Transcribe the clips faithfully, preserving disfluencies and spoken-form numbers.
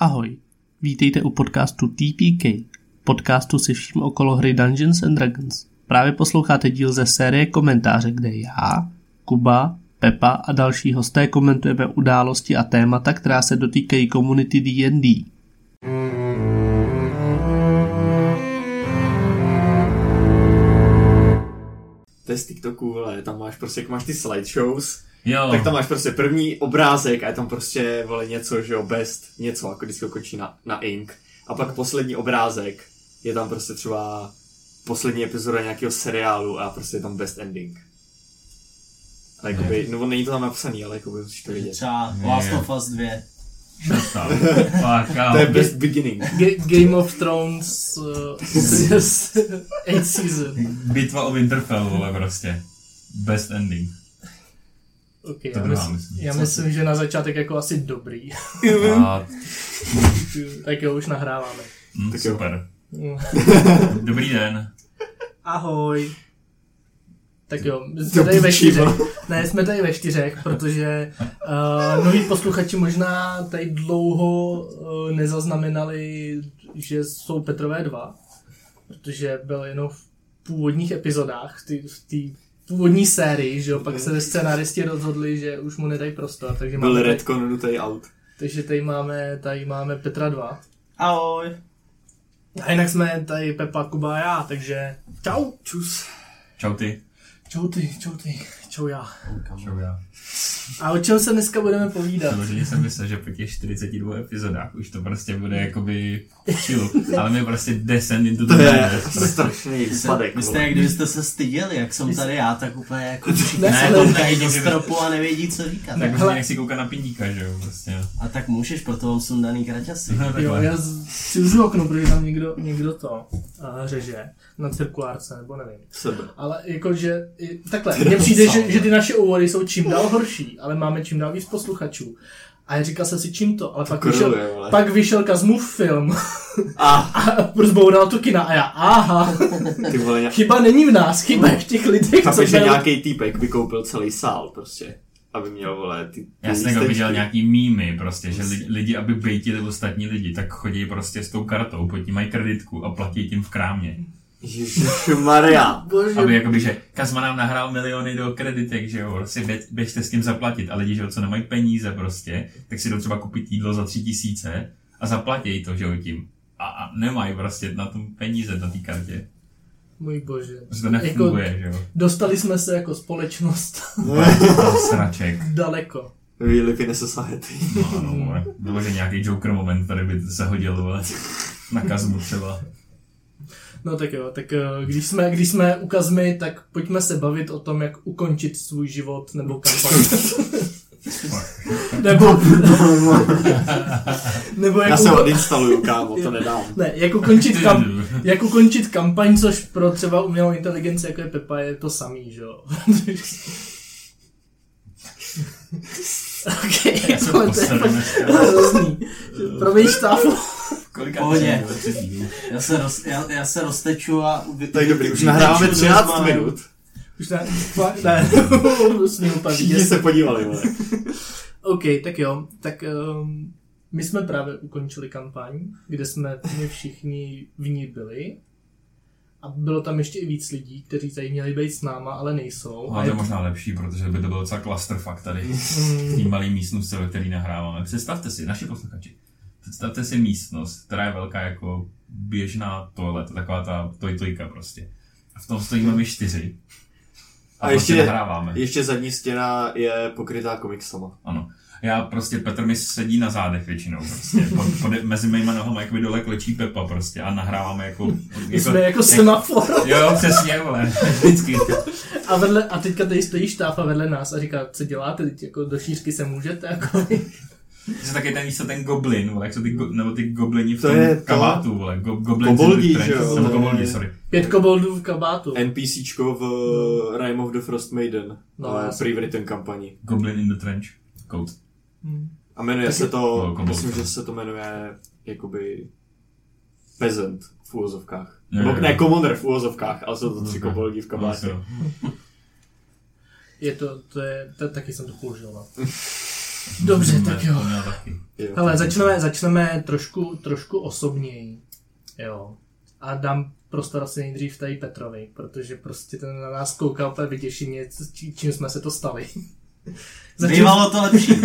Ahoj, vítejte u podcastu T P K, podcastu se vším okolo hry Dungeons and Dragons. Právě posloucháte díl ze série komentáře, kde já, Kuba, Pepa a další hosté komentujeme události a témata, která se dotýkají komunity D and D. To je z TikToku, ale tam máš prostě, jak máš ty slideshows, Jo. tak tam máš prostě první obrázek a je tam prostě, vole, něco, že jo, best, něco, jako vždycky končí na, na ink. A pak poslední obrázek je tam prostě třeba poslední epizoda nějakého seriálu a prostě je tam best ending. Ale jakoby, no není to tam napsaný, ale jakoby musíš to vidět. Třeba Last of Us dva. To je best beginning. G- Game of Thrones uh, eighth season. Bitva o Winterfell, vole, prostě. Best ending. Okay, to já, druhá, mysl, myslím. já myslím, že na začátek jako asi dobrý. A... Tak jo, už nahráváme. Mm, tak super. Dobrý den. Ahoj. Tak jo, jsme tady ve čtyřech. Ne, jsme tady ve čtyřech, protože uh, noví posluchači možná tady dlouho uh, nezaznamenali, že jsou Petrové dva, protože byl jenom v původních epizodách, ty, v té původní sérii, že jo, pak se scénáristi rozhodli, že už mu nedají prostor, takže byl máme retcon nutej out. Takže tady máme, tady máme Petra dva. Ahoj. A jinak jsme tady Pepa, Kuba a já, takže čau. Čus. Čau ty. Čau ty, čau ty, čau já. Čau já. A o čem se dneska budeme povídat? Samozřejmě jsem myslel, že po těch čtyřiceti dvou epizodách už to prostě bude jakoby chill, ale my prostě descend into the To je madness. strašný výpadek. Vy jste, jak kdybyste se styděli, jak jsem tady já, tak úplně jako všichni Ne, se ale- koukají do stropu a nevědí, co říkat. Tak hele. prostě nechci koukat na pindíka, že jo, prostě. A tak můžeš, proto mám sundaný kraťasy. No, Jo, takhle. já z- si uzru okno, protože tam někdo, někdo to uh, řeže na cirkulárce, nebo nevím. Sebe. Ale jakože, i- takhle, mně přijde, že, že ty naše úvody jsou čím dál horší, ale máme čím dál víc posluchačů. A já říkal jsem si čím to, ale pak koreluje, vyšel, vole. pak vyšel Kazmův film A, a zboural to kina a já, aha, ty vole, nějak... chyba není v nás, chyba je v těch lidech, co Chápeš, že byl... nějaký týpek vykoupil celý sál prostě, aby měl, vole, ty, ty Já jsem jako lístečky. viděl nějaký mýmy prostě, že lidi, lidi, aby bejtili ostatní lidi, tak chodí prostě s tou kartou, pod tím mají kreditku a platí tím v krámě. Ježišmarja. Bože, Aby jakoby, že Kazma nám nahrál miliony do kreditek, že jo, prostě bě, běžte s tím zaplatit a lidi, že jo, co nemají peníze prostě, tak si jdou třeba koupit jídlo za tři tisíce a zaplatí to, že jo, tím. A, a nemají prostě na tom peníze na té kartě. můj bože. Prostě to nefunguje, že jo. Dostali jsme se jako společnost To sraček. daleko. We live in a society. No, no, vole. Bylo, že nějaký Joker moment tady by se hodil, vole. Na Kazmu třeba. No tak jo, tak eh, když jsme, když jsme u Kazmy, tak pojďme se bavit o tom, jak ukončit svůj život nebo kampaň. nebo, nebo jak, Já se uko- odinstaluju, kámo, to nedám. ne, jak, ukončit kam, jak ukončit kampaň, což pro třeba umělou inteligenci, jako je Pepa, je to samý, že jo. Okej, Já se tohle to je poseru fakt dneska. hrozný. Promiň štáfu. Kolika Pohodě. třetí? Já se, roz, já, já se rozteču a... Vy, Tak dobrý, už vyteču nahráváme do třináct zmánu. minut. Už ne, fakt, ne, musím úplně Všichni vidět. se podívali, vole. OK, tak jo, tak um, my jsme právě ukončili kampaň, kde jsme my všichni v ní byli. A bylo tam ještě i víc lidí, kteří tady měli být s náma, ale nejsou. Ale to je možná lepší, protože by to byl docela clusterfuck tady. V té malé místnosti, ve které nahráváme. Představte si, naši posluchači, představte si místnost, která je velká jako běžná toaleta, taková ta tojtojka prostě. A v tom stojíme my čtyři. A, A a ještě- ještě nahráváme. Ještě zadní stěna je pokrytá komiksama. Ano. Já prostě, Petr mi sedí na zádech většinou prostě. Pod, pod, mezi mýma nohama jakoby dole klečí Pepa prostě a nahráváme jako... My jsme jako semafor. Jo, přesně, vole, vždycky. A, vedle, a teďka tady stojí štáfa vedle nás a říká, co děláte, teď jako do šířky se můžete, jako... Že taky ten, víš co, ten goblin, vole, jak jsou ty, go, nebo ty goblini v To tom je to- kabátu, vole, go, goblin Koboldi, že jo? Nebo To je- koboldi, sorry. Pět koboldů v kabátu. NPCčko v Rime of the Frost Maiden. No, No, já jsem- pre-written kampani. Goblin in the trench. Code. Hmm. A jmenuje Taky- se to, No, kobold. myslím, že se to jmenuje jakoby peasant v úvozovkách. Jo, Nebo jo, jo. ne, commoner v úvozovkách, ale jsou to tři Ok. koboldi v kabátě. No, Je to, to je, to, taky jsem to použil, no. Dobře, tak jo. jo. Hele, začneme, začneme trošku, trošku osobněji. Jo. A dám prostor asi nejdřív tady Petrovi, protože prostě ten na nás kouká úplně vytěšeně, čím jsme se to stali. Začím... Bývalo to lepší.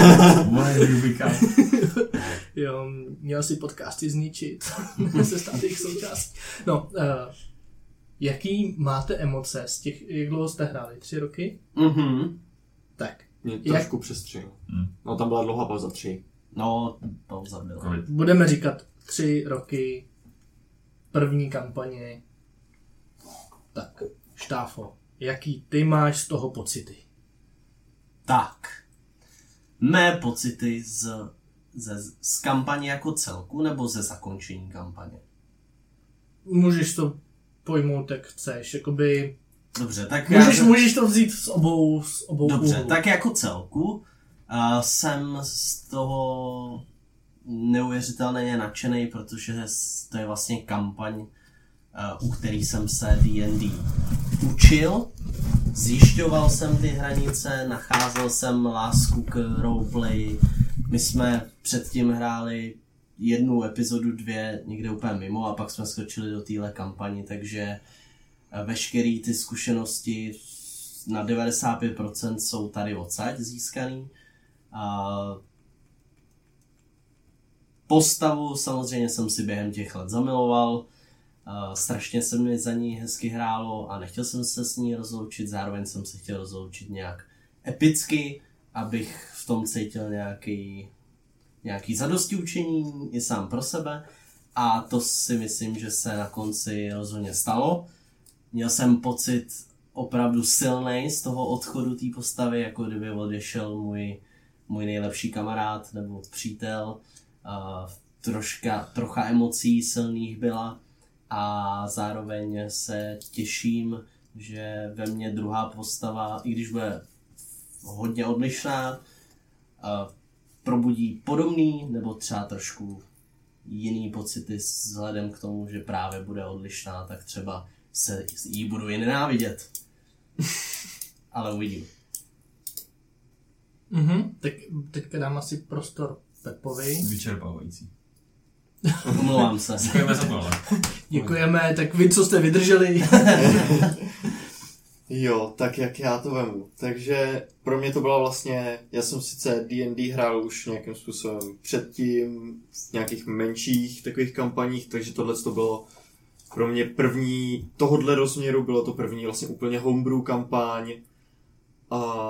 Jo, měl si podcasty zničit. se stát jejich součástí. No, uh, jaký máte emoce z těch, jak dlouho jste hráli? Tři roky? Mhm. Tak. Mě trošku jak... přes tři. Hmm. No tam byla dlouhá pauza tři. No, pauza byla. Budeme říkat tři roky, první kampaně. Tak, Štáfo, jaký ty máš z toho pocity? Tak, mé pocity z, ze, z kampaně jako celku nebo ze zakončení kampaně? Můžeš to pojmout, jak chceš, jakoby... Dobře, tak... Můžeš, já... můžeš to vzít z obou, z obou Dobře, úhlů. tak jako celku uh, jsem z toho neuvěřitelně nadšený, protože to je vlastně kampaň, uh, u který jsem se D and D učil. Zjišťoval jsem ty hranice, nacházel jsem lásku k roleplay. My jsme předtím hráli jednu epizodu, dvě, někde úplně mimo a pak jsme skočili do téhle kampani, takže veškeré ty zkušenosti na devadesát pět procent jsou tady odsaď získaný. A postavu samozřejmě jsem si během těch let zamiloval. Uh, strašně se mi za ní hezky hrálo a nechtěl jsem se s ní rozloučit, zároveň jsem se chtěl rozloučit nějak epicky, abych v tom cítil nějaký, nějaký zadostiučinění i sám pro sebe a to si myslím, že se na konci rozhodně stalo. Měl jsem pocit opravdu silnej z toho odchodu té postavy, jako kdyby odešel můj, můj nejlepší kamarád nebo přítel. Uh, troška, trocha emocí silných byla. A zároveň se těším, že ve mně druhá postava, i když bude hodně odlišná, probudí podobný nebo třeba trošku jiný pocity vzhledem k tomu, že právě bude odlišná, tak třeba se jí budu jen nenávidět. Ale uvidím. Mhm, tak teďka dám asi prostor Pepovi. Vyčerpávající. Omlouvám se. Děkujeme za to. Děkujeme, tak vy, co jste vydrželi. Jo, tak jak já to vemu. Takže pro mě to byla vlastně, já jsem sice D and D hrál už nějakým způsobem předtím, v nějakých menších takových kampaních, takže tohle to bylo pro mě první, tohodle rozměru bylo to první vlastně úplně homebrew kampaň. A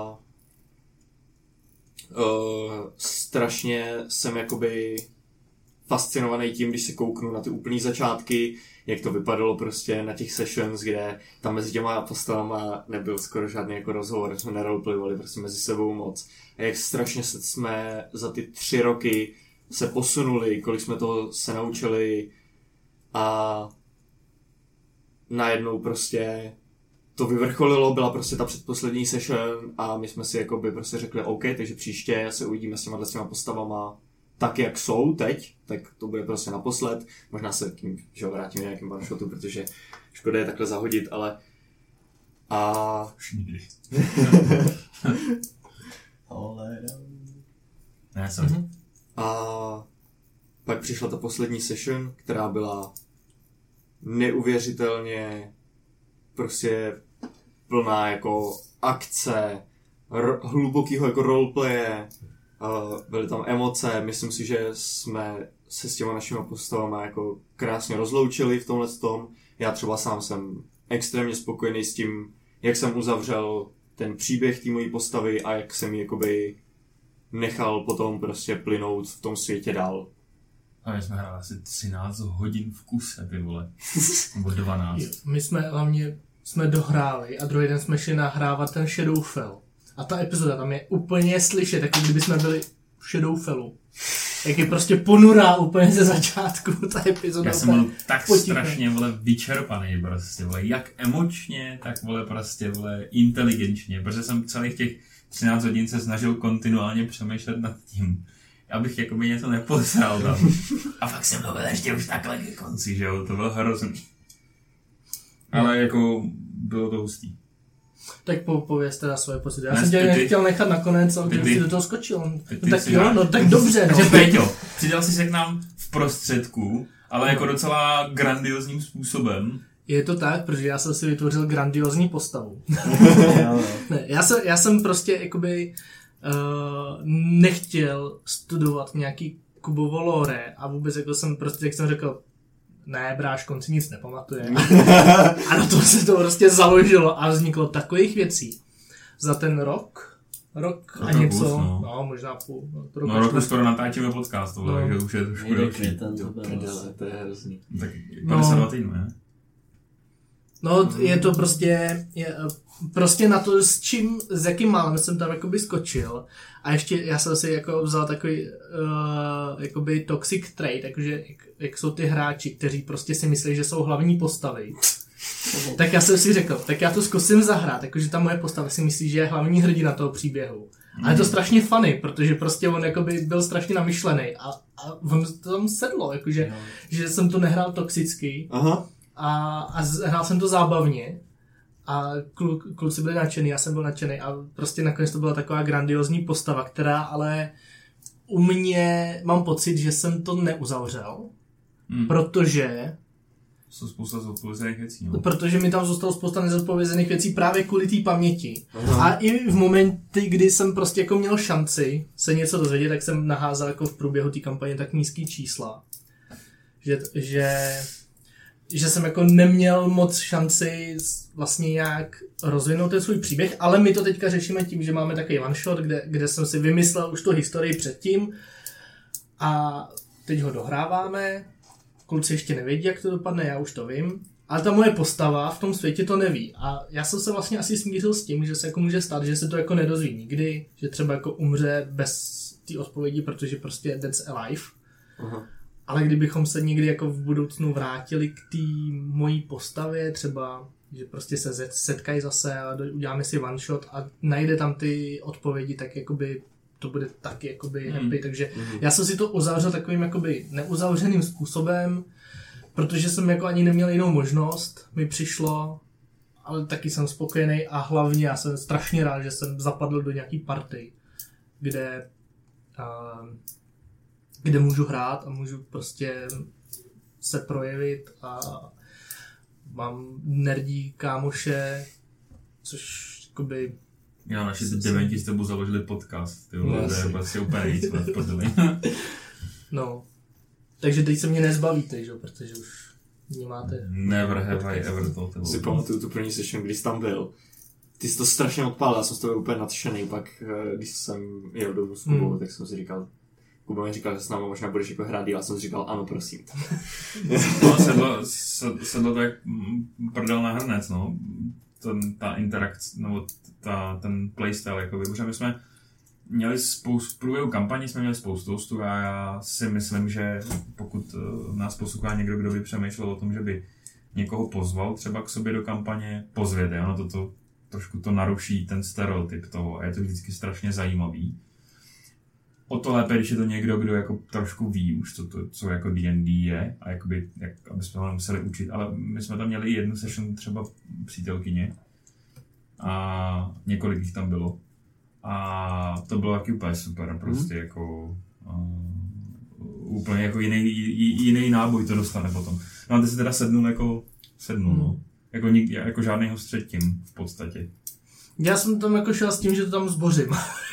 uh, strašně jsem jakoby fascinovaný tím, když se kouknu na ty úplný začátky, jak to vypadalo prostě na těch sessions, kde tam mezi těma postavama nebyl skoro žádný jako rozhovor, jsme neroleplayovali prostě mezi sebou moc. A jak strašně se jsme za ty tři roky se posunuli, kolik jsme toho se naučili a najednou prostě to vyvrcholilo, byla prostě ta předposlední session a my jsme si jakoby prostě řekli OK, takže příště se uvidíme s těma, s těma postavama tak, jak jsou teď, tak to bude prostě naposled. Možná se k ním, že vrátím nějakým one-shotu, protože škoda je takhle zahodit, ale a... Už nikdy. Ne, sorry. Mhm. A pak přišla ta poslední session, která byla neuvěřitelně prostě plná jako akce, r- hlubokýho jako roleplaye, uh, byly tam emoce, myslím si, že jsme se s těma našimi postavama jako krásně rozloučili v tomhle tom. Já třeba sám jsem extrémně spokojený s tím, jak jsem uzavřel ten příběh té mojí postavy a jak jsem ji jakoby nechal potom prostě plynout v tom světě dál. A my jsme hráli asi třináct hodin v kuse, ty vole. Nebo dvanáct. Jo, my jsme hlavně jsme dohráli a druhý den jsme šli nahrávat ten Shadowfell. A ta epizoda tam je úplně slyšet, jako kdyby jsme byli v Shadowfellu. Jak je prostě ponurá úplně ze začátku ta epizoda. Já jsem byl tak poticha. strašně, vole, vyčerpaný prostě, vole, jak emočně, tak, vole, prostě, vole, inteligenčně, protože jsem celých těch třináct hodin se snažil kontinuálně přemýšlet nad tím, abych jakoby něco nepozral tam. A fakt jsem byl ještě už takhle ke konci, že jo, to bylo hrozný. Ale jako bylo to hustý. Tak po, pověz teda svoje pocity. Já Ne, jsem tě ty- nechtěl nechat nakonec, ale ty- ty jsi do toho skočil. ty- No ty tak si jo, dáš. no tak dobře, Takže no. Péťo, přidal jsi se k nám v prostředku, ale jako docela grandiozním způsobem. Je to tak, protože já jsem si vytvořil grandiozní postavu. Jo, jo. Ne, já, jsem, já jsem prostě jakoby uh, nechtěl studovat nějaký Kubovo lore a vůbec jako jsem prostě, jak jsem řekl, ne, bráško, on si nic nepamatuje. A na to se to prostě založilo a vzniklo takových věcí. Za ten rok, rok Rok a a něco, půl, no. no. no možná půl. No, to No a roku čtvrt. skoro natáčíme podcast, No. takže už je trošku Někdy delší. květen to Jo, byl. prdele, to je hrozný. Tak No. padesát dva týdnů, ne? No, je to prostě, je, prostě na to, s čím, s jakým málem jsem tam jakoby skočil. A ještě já jsem si jako vzal takový uh, jakoby toxic trait, takže jak, jak jsou ty hráči, kteří prostě si myslí, že jsou hlavní postavy. Tak já jsem si řekl, tak já to zkusím zahrát, jakože ta moje postava si myslí, že je hlavní hrdina toho příběhu. A je to strašně funny, protože prostě on jakoby byl strašně namyšlený a, a on to tam sedlo, jakože, No. že jsem to nehrál toxicky. Aha. A, a z- hrál jsem to zábavně a klu, kluci byli nadšený, já jsem byl nadšený a prostě nakonec to byla taková grandiozní postava, která ale u mě mám pocit, že jsem to neuzavřel, Hmm. protože, Jsou spousta zodpovězených věcí, no. protože mi tam zůstalo spousta nezodpovězených věcí právě kvůli té paměti. Aha. A i v momenty, kdy jsem prostě jako měl šanci se něco dozvědět, tak jsem naházel jako v průběhu té kampaně tak nízký čísla, že, že že jsem jako neměl moc šanci vlastně nějak rozvinout ten svůj příběh, ale my to teďka řešíme tím, že máme takový one shot, kde, kde jsem si vymyslel už tu historii předtím a teď ho dohráváme. Kluci ještě nevědí, jak to dopadne, já už to vím. Ale ta moje postava v tom světě to neví. A já jsem se vlastně asi smířil s tím, že se jako může stát, že se to jako nedozví nikdy, že třeba jako umře bez té odpovědi, protože prostě that's alive. Aha. Ale kdybychom se někdy jako v budoucnu vrátili k té mojí postavě, třeba, že prostě se setkají zase a do- uděláme si one shot a najde tam ty odpovědi, tak jakoby to bude taky jakoby Hmm. happy, takže Mhm. já jsem si to uzavřel takovým jakoby neuzavřeným způsobem, protože jsem jako ani neměl jinou možnost, mi přišlo, ale taky jsem spokojený a hlavně já jsem strašně rád, že jsem zapadl do nějaký party, kde uh, kde můžu hrát a můžu prostě se projevit a mám nerdí kámoše, což jakoby... Já naši dementi s tebou založili podcast, ty vole, No, to je asi. vlastně úplně nic, v prdeli. No. Takže teď se mě nezbavíte, že jo, protože už mě máte... Never have I ever told tebou. Si pamatuju tu první session, když jsi tam byl. Ty jsi to strašně odpálil, já jsem z toho úplně nadšený, pak eh, když jsem jel domů s Kubou, Hmm. tak jsem si říkal, Kuba mi říkal, že s námi možná budeš jako hrát díl, já jsem si říkal, ano, prosím. No, sedlo, sed- sedlo to jak mm, prdel na hrnec, no. Ten, ta interakce, nebo ta, ten playstyle, jakoby, protože my jsme měli spoustu, v průběhu kampaně jsme měli spoustu hostů a já si myslím, že pokud uh, nás poslouchá někdo, kdo by přemýšlel o tom, že by někoho pozval třeba k sobě do kampaně, pozvěte, ono to, to trošku to naruší ten stereotyp toho a je to vždycky strašně zajímavý. O to lépe, když je to někdo, kdo jako trošku ví už, co, to, co jako D and D je a jakoby, jak, aby jsme ho nemuseli učit, ale my jsme tam měli i jednu session třeba přítelkyně a několik jich tam bylo a to bylo taky úplně super, prostě mm. jako uh, úplně jako jiný, jiný náboj to dostane potom. No a ty si teda sednul jako sednul, mm. no. Jako, nik, jako žádný host předtím v podstatě. Já jsem tam jako šel s tím, že to tam zbořím.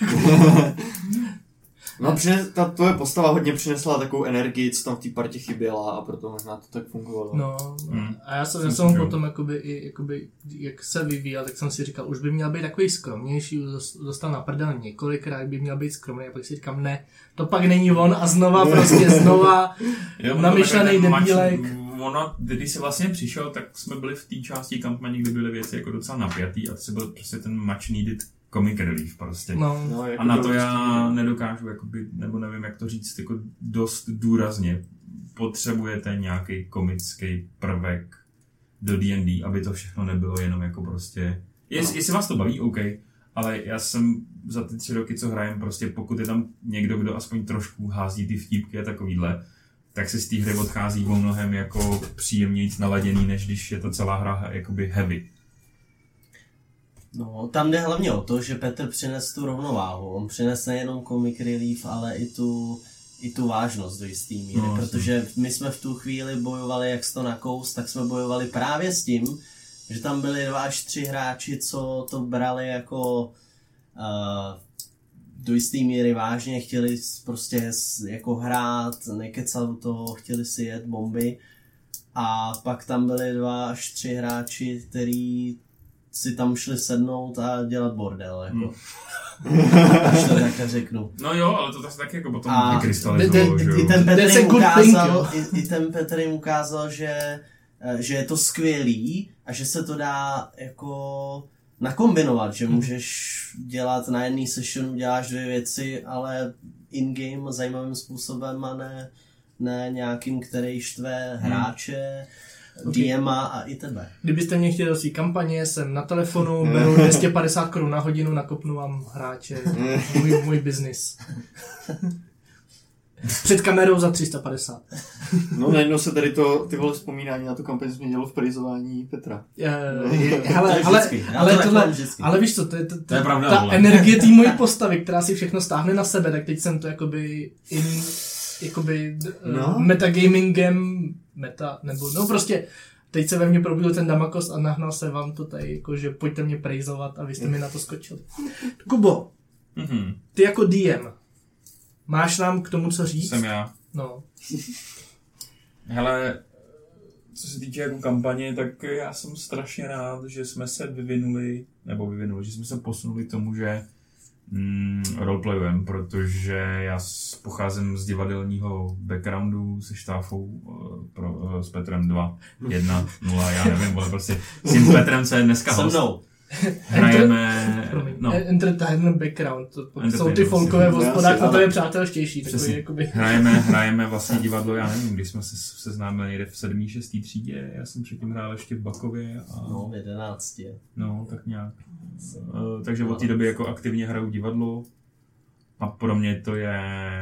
No, přines, ta tvoje postava hodně přinesla takovou energii, co tam v té partě chyběla a proto možná to tak fungovalo. No, Hmm. a já jsem, já Myslím, jsem že jo. potom, jakoby, i, jakoby, jak se vyvíjel, tak jsem si říkal, už by měl být takový skromnější, už dos- dostal na prdel několikrát, by měl být skromný, a pak si říkám, ne, to pak není on a znova prostě znova Jo, namyšlený ten match- debílek. Ono, když jsi vlastně přišel, tak jsme byli v té části kampaně, kdy byly věci jako docela napjatý a třeba byl prostě ten much needed comic relief prostě. No, No, jako A na to prostě- já nedokážu, jakoby, nebo nevím, jak to říct, jako dost důrazně. Potřebujete nějaký komický prvek do D and D, aby to všechno nebylo jenom jako prostě... Jest, No. Jestli vás to baví, OK, ale já jsem za ty tři roky, co hrajem, prostě pokud je tam někdo, kdo aspoň trošku hází ty vtípky a takovýhle, tak se z té hry odchází o mnohem jako příjemnějc naladěný, než když je to celá hra jakoby heavy. No, tam jde hlavně o to, že Petr přines tu rovnováhu. On přines nejenom comic relief, ale i tu, i tu vážnost do jistý míry, no, protože my jsme v tu chvíli bojovali, jak to na kous, tak jsme bojovali právě s tím, že tam byli dva až tři hráči, co to brali jako uh, do jistý míry vážně, chtěli prostě jako hrát, nekecat u toho, chtěli si jet bomby. A pak tam byli dva až tři hráči, který si tam šli sednout a dělat bordel, jako. Až to takhle řeknu. No jo, ale to tak taky jako potom a vykrystalizovalo, že jo. I ten Petr jim ukázal, i, i ten Petr jim ukázal, že, že je to skvělý a že se to dá jako nakombinovat, že můžeš dělat na jedné sessionu, děláš dvě věci, ale in-game zajímavým způsobem a ne, ne nějakým, který štve hráče, okay. D M a a i tebe. Kdybyste mě chtěli do svý kampaně, jsem na telefonu, beru dvě stě padesát korun na hodinu, nakopnu vám hráče, můj, můj biznis. Před kamerou za tři sta padesát. No najednou se tady to, ty vole vzpomínání na tu kampaň změnilo v prizování Petra. Je, je, hele, ale, ale, to tohle, ale víš co, to je, to, to, to je pravda, ta vole. energie té mojí postavy, která si všechno stáhne na sebe, tak teď jsem to jakoby in, jakoby no. metagamingem, meta, nebo no prostě teď se ve mně probudil ten Damakos a nahnal se vám to tady, jakože pojďte mě prejzovat a vy jste mi na to skočili. Kubo, mm-hmm. ty jako D M, máš nám k tomu co říct? Jsem já. No. Hele, co se týče jako kampaně, tak já jsem strašně rád, že jsme se vyvinuli, nebo vyvinuli, že jsme se posunuli k tomu, že mm, roleplayujem, protože já pocházím z divadelního backgroundu se štáfou uh, pro, uh, s Petrem dva jedna nula, já nevím, ale prostě s tím Petrem, co je dneska host. Hrajeme... No. Entertainment background, to jsou ty folkové v hospodách, na to je přátelštější. Takový, jakoby. Hrajeme, hrajeme vlastně divadlo, já nevím, když jsme se seznámili někde v sedmý, šestý třídě, já jsem předtím hrál ještě v Bakově. A... No, v jedenácti. No, tak nějak. Uh, takže od té doby jako aktivně hraju divadlo a pro mě to je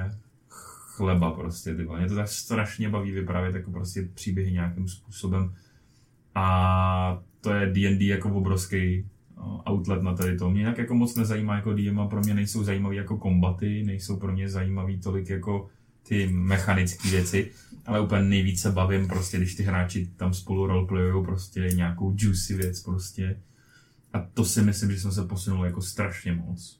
chleba prostě, ty. Mě to tak strašně baví vyprávět jako prostě příběhy nějakým způsobem a to je D and D jako obrovský outlet na tady to. Mě jinak jako moc nezajímá jako D M a pro mě nejsou zajímavý jako kombaty, nejsou pro mě zajímavý tolik jako ty mechanické věci, ale úplně nejvíce bavím prostě, když ty hráči tam spolu roleplayujou prostě nějakou juicy věc prostě. A to si myslím, že jsem se posunul jako strašně moc.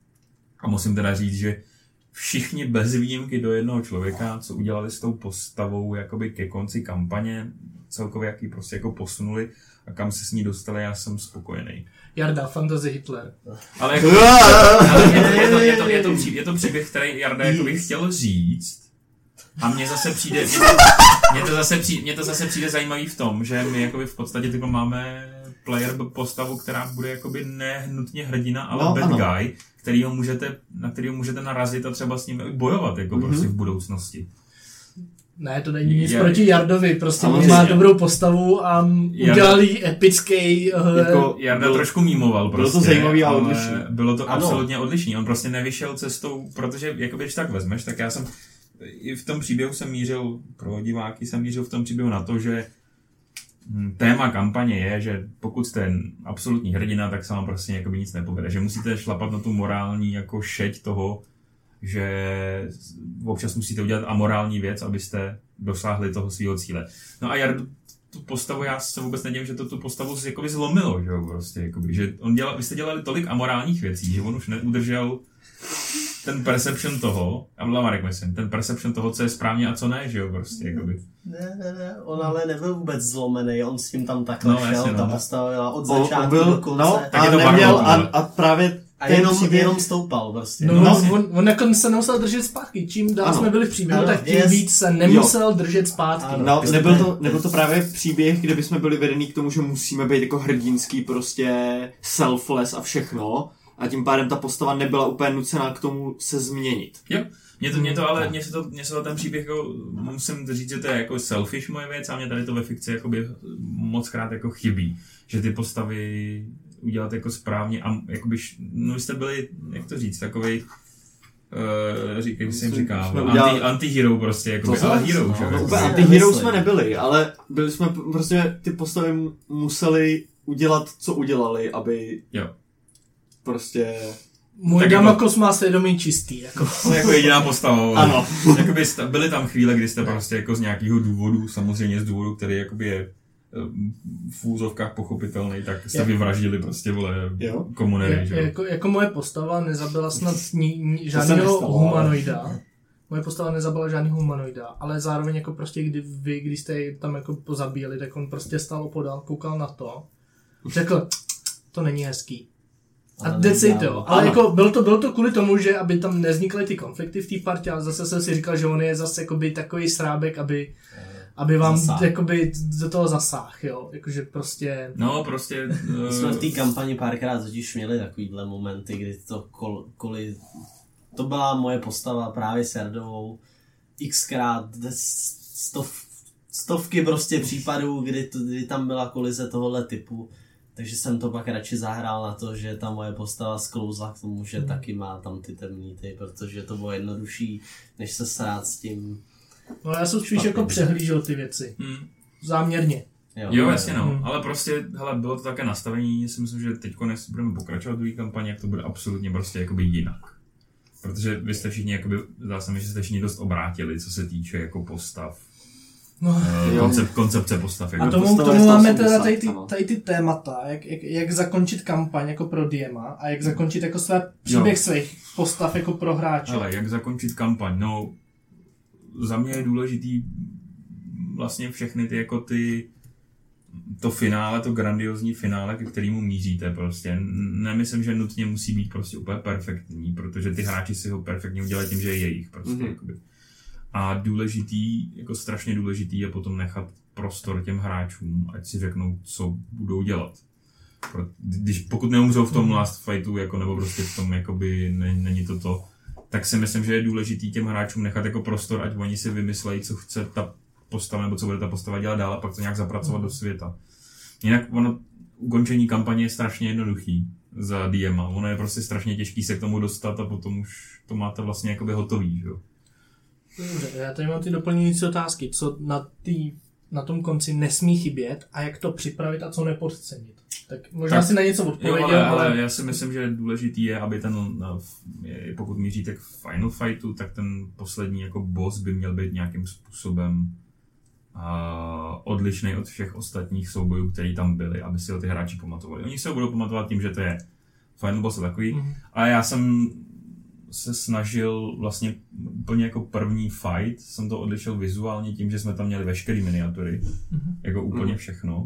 A musím teda říct, že všichni bez výjimky do jednoho člověka, co udělali s tou postavou jakoby ke konci kampaně, celkově jaký prostě jako posunuli a kam se s ní dostali, já jsem spokojený. Jarda, fantasy Hitler. Ale, jako, ale je, to, je, to, je, to, je, to, je to příběh, který Jarda jakoby chtěl říct a mně zase přijde, mě to, mě to, zase, přijde, mě to zase přijde zajímavý v tom, že my jakoby v podstatě tyko máme player postavu, která bude jakoby ne nutně hrdina, ale no, bad ano. guy, kterýho můžete, na kterýho můžete narazit a třeba s ním bojovat jako mm-hmm. prostě v budoucnosti. Ne, to není nic je, proti Jardovi, prostě on má dobrou postavu a udělali epický... Uh, jako Jarda byl, trošku mímoval prostě. Bylo to zajímavý a odlišný. Bylo to ano. absolutně odlišný, on prostě nevyšel cestou, protože jakoby, když tak vezmeš, tak já jsem i v tom příběhu jsem mířil, pro diváky jsem mířil v tom příběhu na to, že téma kampaně je, že pokud jste absolutní hrdina, tak se vám prostě jakoby nic nepovede, že musíte šlapat na tu morální jako šeť toho, že občas musíte udělat amorální věc, abyste dosáhli toho svého cíle. No a Jardu, tu postavu, já se vůbec nedivím, že to tu postavu jakoby zlomilo, že jo, prostě, jakoby, že on dělal, vy jste dělali tolik amorálních věcí, že on už neudržel ten perception toho, a Marek myslím, ten perception toho, co je správně a co ne, že jo, prostě, jakoby. Ne, ne, ne, on ale nebyl vůbec zlomený, on s tím tam takhle no, šel, jasně, ta no. postava byla od on, začátku on byl, do konce. No, tak a, je to neměl, barvou, a, a právě a jenom, příběh... jenom stoupal prostě. No, no. On, on jako se nemusel držet zpátky. Čím dál ano. jsme byli v příběhu, ano, tak tím yes. víc se nemusel jo. držet zpátky. Ano, no, nebyl, to, nebyl to právě příběh, kde bychom byli vedení k tomu, že musíme být jako hrdinský, prostě selfless a všechno. A tím pádem ta postava nebyla úplně nucená k tomu se změnit. Jo. Mě to, mě to ale, mě se to, mě se to ten příběh, jako, musím říct, že to je jako selfish moje věc a mě tady to ve fikci jakoby moc krát jako chybí. Že ty postavy udělat jako správně a jakoby, no jste byli, jak to říct, takovej, uh, říkej, jak jsem říkal, anti, anti-hero prostě, jakoby, ale hero, no, že? No, úplně anti-hero jsme nebyli, ale byli jsme prostě, ty postavy museli udělat, co udělali, aby... Jo. prostě... Můj Tak Damakos má svědomí čistý. Jako, jako jediná postava. Ano. Jakoby sta- byly tam chvíle, kdy jste prostě jako z nějakého důvodu, samozřejmě z důvodu, který jakoby je v úzovkách pochopitelný, tak jste Jak? vyvraždili prostě, vole, Jo? komunery, je, že jo. jako, jako moje postava nezabila snad ni, ni, se žádného nestalo, humanoida. Moje postava nezabila žádný humanoida, ale zároveň jako prostě, kdy vy, když jste jej tam jako pozabíjeli, tak on prostě stál opodál, koukal na to, řekl, to není hezký. A that's it, jo. Ale jako bylo to, bylo to kvůli tomu, že aby tam nevznikaly ty konflikty v té partě, ale zase jsem si říkal, že on je zase jakoby takový srábek, aby, aby vám Zasáh. jakoby do toho zasáh, jo. Jakože prostě... No, prostě... My jsme v té kampani párkrát totiž měli takovýhle momenty, kdy to kol, koli... To byla moje postava právě s Jardovou. Xkrát stov, stovky prostě případů, kdy, to, kdy tam byla kolize tohohle typu. Takže jsem to pak radši zahrál na to, že ta moje postava sklouzla k tomu, že hmm. taky má tam ty temníty, protože to bylo jednodušší, než se srát s tím. No já jsem spíš jako přehlížel ty věci. Hmm. Záměrně. Jo, jo, jasně no, Hmm. ale prostě, hele, bylo to také nastavení, si myslím, že teďko, než budeme pokračovat v druhé kampani, jak to bude absolutně prostě jakoby jinak. Protože vy jste všichni, jakoby, zdá se mi, že jste všichni dost obrátili, co se týče jako postav. No. Uh, koncept, koncepce postav. Jako A tomu, postava tomu je máme sto teda osmdesát, tady ty, ano. tady ty témata, jak, jak, jak zakončit kampaň jako pro D M a a jak zakončit jako své příběh Jo. svých postav jako pro hráče. Ale jak zakončit kampaň? No, za mě je důležitý vlastně všechny ty jako ty to finále, to grandiozní finále, ke kterému míříte prostě. Nemyslím, že nutně musí být prostě úplně perfektní, protože ty hráči si ho perfektně udělají tím, že je jejich prostě. Mm-hmm. Jakoby. A důležitý, jako strašně důležitý je potom nechat prostor těm hráčům, ať si řeknou, co budou dělat. Když, pokud neumřou v tom last fightu, jako, nebo prostě v tom, jakoby, ne, není to to, tak si myslím, že je důležitý těm hráčům nechat jako prostor, ať oni si vymyslejí, co chce ta postava, nebo co bude ta postava dělat dál a pak to nějak zapracovat mm. do světa. Jinak ono, ukončení kampaně je strašně jednoduchý za D M a. Ono je prostě strašně těžký se k tomu dostat a potom už to máte vlastně jakoby hotový, že jo. Dobře, já tady mám ty doplňující otázky, co na, tý, na tom konci nesmí chybět a jak to připravit a co nepodcenit. Tak možná tak, si na něco jo, odpověděl, ale, ale... ale já si myslím, že důležitý je, aby ten, pokud míříte k Final Fightu, tak ten poslední jako boss by měl být nějakým způsobem uh, odlišný od všech ostatních soubojů, které tam byly, aby si ho ty hráči pamatovali. Oni se ho budou pamatovat tím, že to je Final Boss a takový. Mm-hmm. A já jsem se snažil vlastně úplně jako první fight, jsem to odlišil vizuálně tím, že jsme tam měli veškerý miniatury, mm-hmm. jako úplně všechno.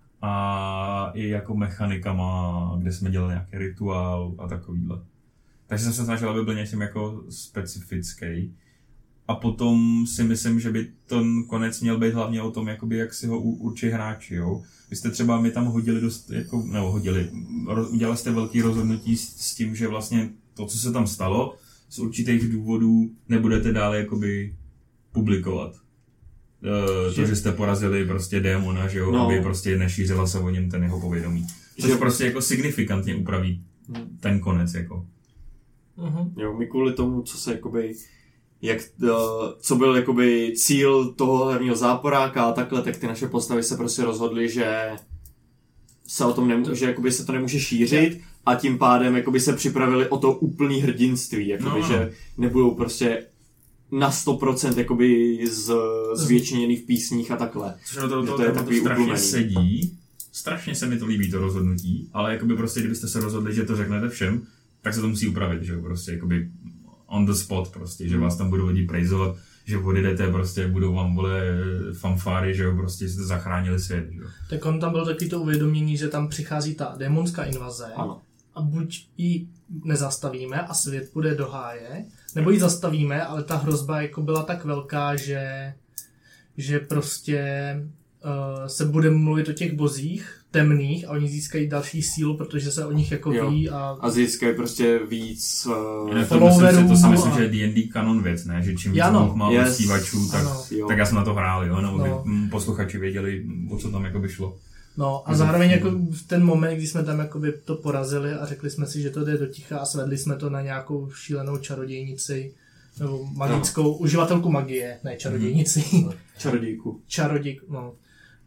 A i jako mechanikama, kde jsme dělali nějaký rituál a takovýhle. Takže jsem se snažil, aby byl něčím jako specifický. A potom si myslím, že by ten konec měl být hlavně o tom, jakoby, jak si ho určí hráči, jo. Vy jste třeba mi tam hodili dost, jako, nebo hodili, roz, udělali jste velký rozhodnutí s, s tím, že vlastně to, co se tam stalo, z určitých důvodů nebudete dále jakoby publikovat. Uh, to, že jste porazili prostě démona, že jo, no. Aby prostě nešířila se o něm ten jeho povědomí. Což prostě jako signifikantně upraví ten konec, jako. Uh-huh. Jo, my kvůli tomu, co se jakoby, jak, uh, co byl jakoby cíl toho hlavního záporáka a takhle, tak ty naše postavy se prostě rozhodly, že se o tom nemůže, že jakoby se to nemůže šířit a tím pádem jakoby se připravili o to úplný hrdinství, jakoby, no. Že nebudou prostě na sto procent jakoby z, zvětšiněný v písních a takhle. Což do toho, to, to je takový strašně uplumený. Sedí, strašně se mi to líbí, to rozhodnutí, ale jakoby prostě, kdybyste se rozhodli, že to řeknete všem, tak se to musí upravit, že jo, prostě jakoby on the spot prostě, že vás tam budou lidi prejzovat, že odjedete prostě, budou vám, vole, fanfáry, že jo, prostě jste zachránili svět, že jo. Tak on tam bylo taky to uvědomění, že tam přichází ta démonská invaze. Ano. A buď ji nezastavíme a svět půjde do háje, nebo ji zastavíme, ale ta hrozba jako byla tak velká, že, že prostě uh, se bude mluvit o těch bozích temných a oni získají další sílu, protože se o nich jako jo. ví a... A získají prostě víc... Uh, ne, to, myslím, to si myslím, že je D and D kanon věc, ne? Že čím víc no. má yes. uctívačů, tak, tak já jsem na to hrál, jo? No, no. By posluchači věděli, o co tam jako by šlo. No a zároveň jako v ten moment, kdy jsme tam jakoby to porazili a řekli jsme si, že to jde do ticha a svedli jsme to na nějakou šílenou čarodějnici nebo magickou, no. uživatelku magie, ne čarodějnici. Čarodějku. Čarodějku, no.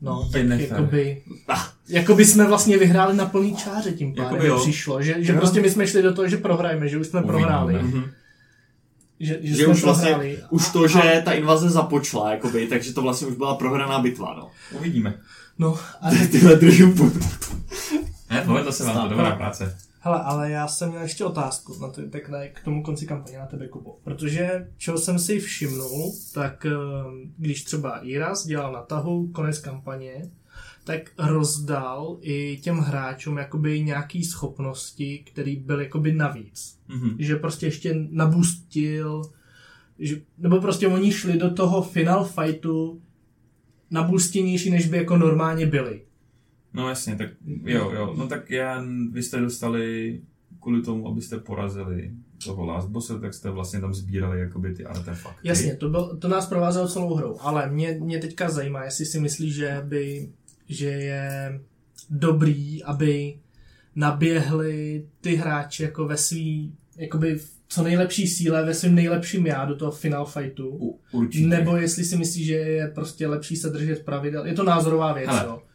No, je tak nefér. jakoby, jakoby jsme vlastně vyhráli na plný čáře tím pádem, Jakoby jak jo. přišlo, že, že Jo. prostě my jsme šli do toho, že prohrajeme, že už jsme Uvidíme. prohráli. Mhm. Že, že, Že jsme už vlastně, prohráli. už to, že ta invaze započla, jakoby, takže to vlastně už byla prohraná bitva, no. Uvidíme. No, a Tyhle držím půl. Ne, povedlo se vám to, dobrá práce. hele, ale já jsem měl ještě otázku na to, tak ne, k tomu konci kampaně na tebe, Kubo. Protože, čeho jsem si všimnul, tak eh, když třeba Iras dělal na tahu konec kampaně, tak rozdal i těm hráčům jakoby nějaký schopnosti, které byly jakoby navíc. Mhm. Že prostě ještě nabustil, že, nebo prostě oni šli do toho final fightu nabustěnější, než by jako normálně byli. No jasně, tak jo, jo. No tak já, vy jste dostali kvůli tomu, abyste porazili toho last bosse, tak jste vlastně tam sbírali jakoby ty artefakty. Jasně, to, byl, to nás provázelo celou hrou, ale mě, mě teďka zajímá, jestli si myslíš, že, by, že je dobrý, aby naběhli ty hráči jako ve svý, jakoby v co nejlepší síle, ve svém nejlepším já do toho final fightu. U, určitě. Nebo jestli si myslíš, že je prostě lepší se držet pravidel. Je to názorová věc, Hele, jo.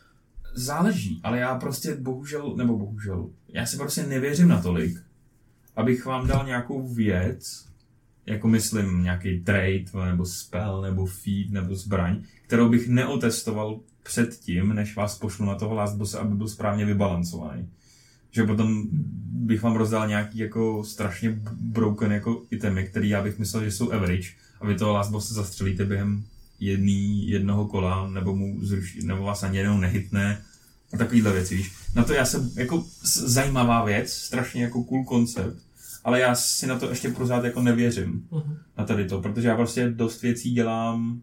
Záleží, ale já prostě bohužel, nebo bohužel, já si prostě nevěřím natolik, abych vám dal nějakou věc, jako myslím nějaký trade, nebo spell, nebo feed, nebo zbraň, kterou bych neotestoval před tím, než vás pošlu na toho last bosse, aby byl správně vybalancovaný. Že potom bych vám rozdal nějaký jako strašně broken jako itemy, který já bych myslel, že jsou average, a vy toho last bosse zastřelíte během jedný, jednoho kola, nebo mu zruší, nebo vás ani jednou nehytne a takovýhle věci, víš. Na to já jsem, jako zajímavá věc, strašně jako cool koncept, ale já si na to ještě pořád jako nevěřím, Uh-huh. na tady to, protože já prostě dost věcí dělám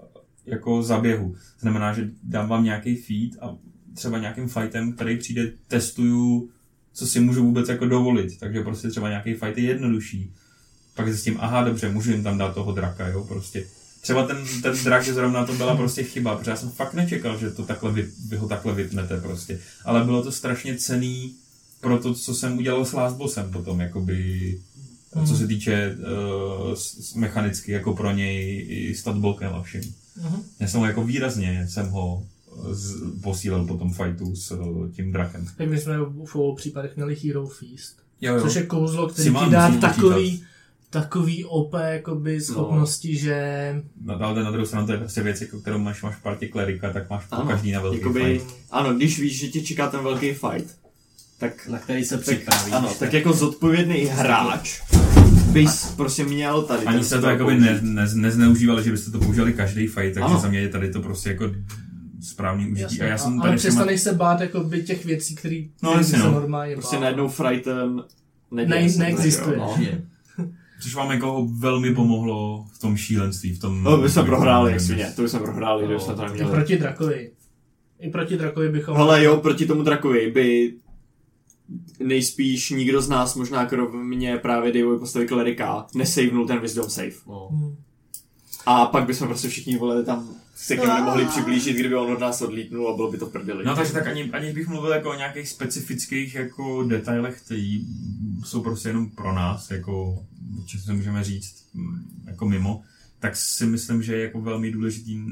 jako za běhu. Znamená, že dám vám nějaký feed a třeba nějakým fightem, který přijde, testuju, co si můžu vůbec jako dovolit, takže prostě třeba nějaký fight je jednodušší. Pak zjistím, aha, dobře, můžu jim tam dát toho draka, jo, prostě. Třeba ten, ten drak, že zrovna to byla prostě chyba, protože já jsem fakt nečekal, že to takhle vy, vy ho takhle vypnete prostě. Ale bylo to strašně cenný pro to, co jsem udělal s last bossem potom, jakoby, mm. co se týče uh, s, mechanicky, jako pro něj i statblockem a vším. Mm. Já jsem ho jako výrazně, jsem ho z, posílil po tom fightu s uh, tím drakem. Tak my jsme v obou případech měli Hero Feast, Jo, jo. což je kouzlo, který Si mám, ti dá musím takový, počítat. takový O P jakoby schopnosti, no. že... No, ale na druhou stranu to je prostě věc, jako kterou máš, máš v partě klerika, tak máš Ano, každý na velký jakoby, fight. ano, když víš, že tě čeká ten velký fight, tak, Na který se tak, připraví. ano, tak jako zodpovědný hráč bys prostě měl tady. Ani ten se to spell jakoby použít. ne, ne, nezneužívali, že byste to použili každý fight, takže Ano. za mě je tady to prostě jako správný užití. Jasně, A já jsem ale tady přestaneš se bát jakoby těch věcí, které No, jasně, se no. normálně Prostě bál. najednou Frighten Ne- neděje se, neexistuje. jo, no. Je. Což vám jako velmi pomohlo v tom šílenství, v tom... No, by jsme prohráli, jak v tom- svině, to by jsme prohráli, že No, jsme to I neměli. proti drakovi. I proti drakovi bychom... Hele jo, proti tomu drakovi by nejspíš nikdo z nás, možná kromě právě Daveovy postavy klerika, nesavnul ten wisdom save. No. Hmm. A pak bychom prostě všichni volili tam se k němu nemohli přiblížit, kdyby on od nás odlítnul a bylo by to v prdeli. No takže tak ani, ani bych mluvil jako o nějakých specifických jako detailech, které jsou prostě jenom pro nás, jako co si můžeme říct mm, jako mimo, tak si myslím, že je jako velmi důležitý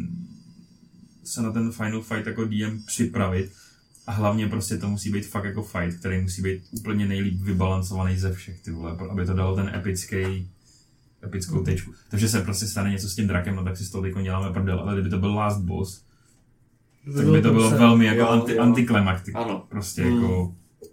se na ten final fight jako D M připravit a hlavně prostě to musí být fakt jako fight, který musí být úplně nejlíp vybalancovaný ze všech, ty vole, aby to dalo ten epický epickou tečku. Takže se prostě stane něco s tím drakem, no tak si z toho teďko děláme prdel, ale kdyby to byl last boss, tak by to bylo velmi jako Jo, anti, jo. antiklimaktik. Ano. Prostě Mm. jako...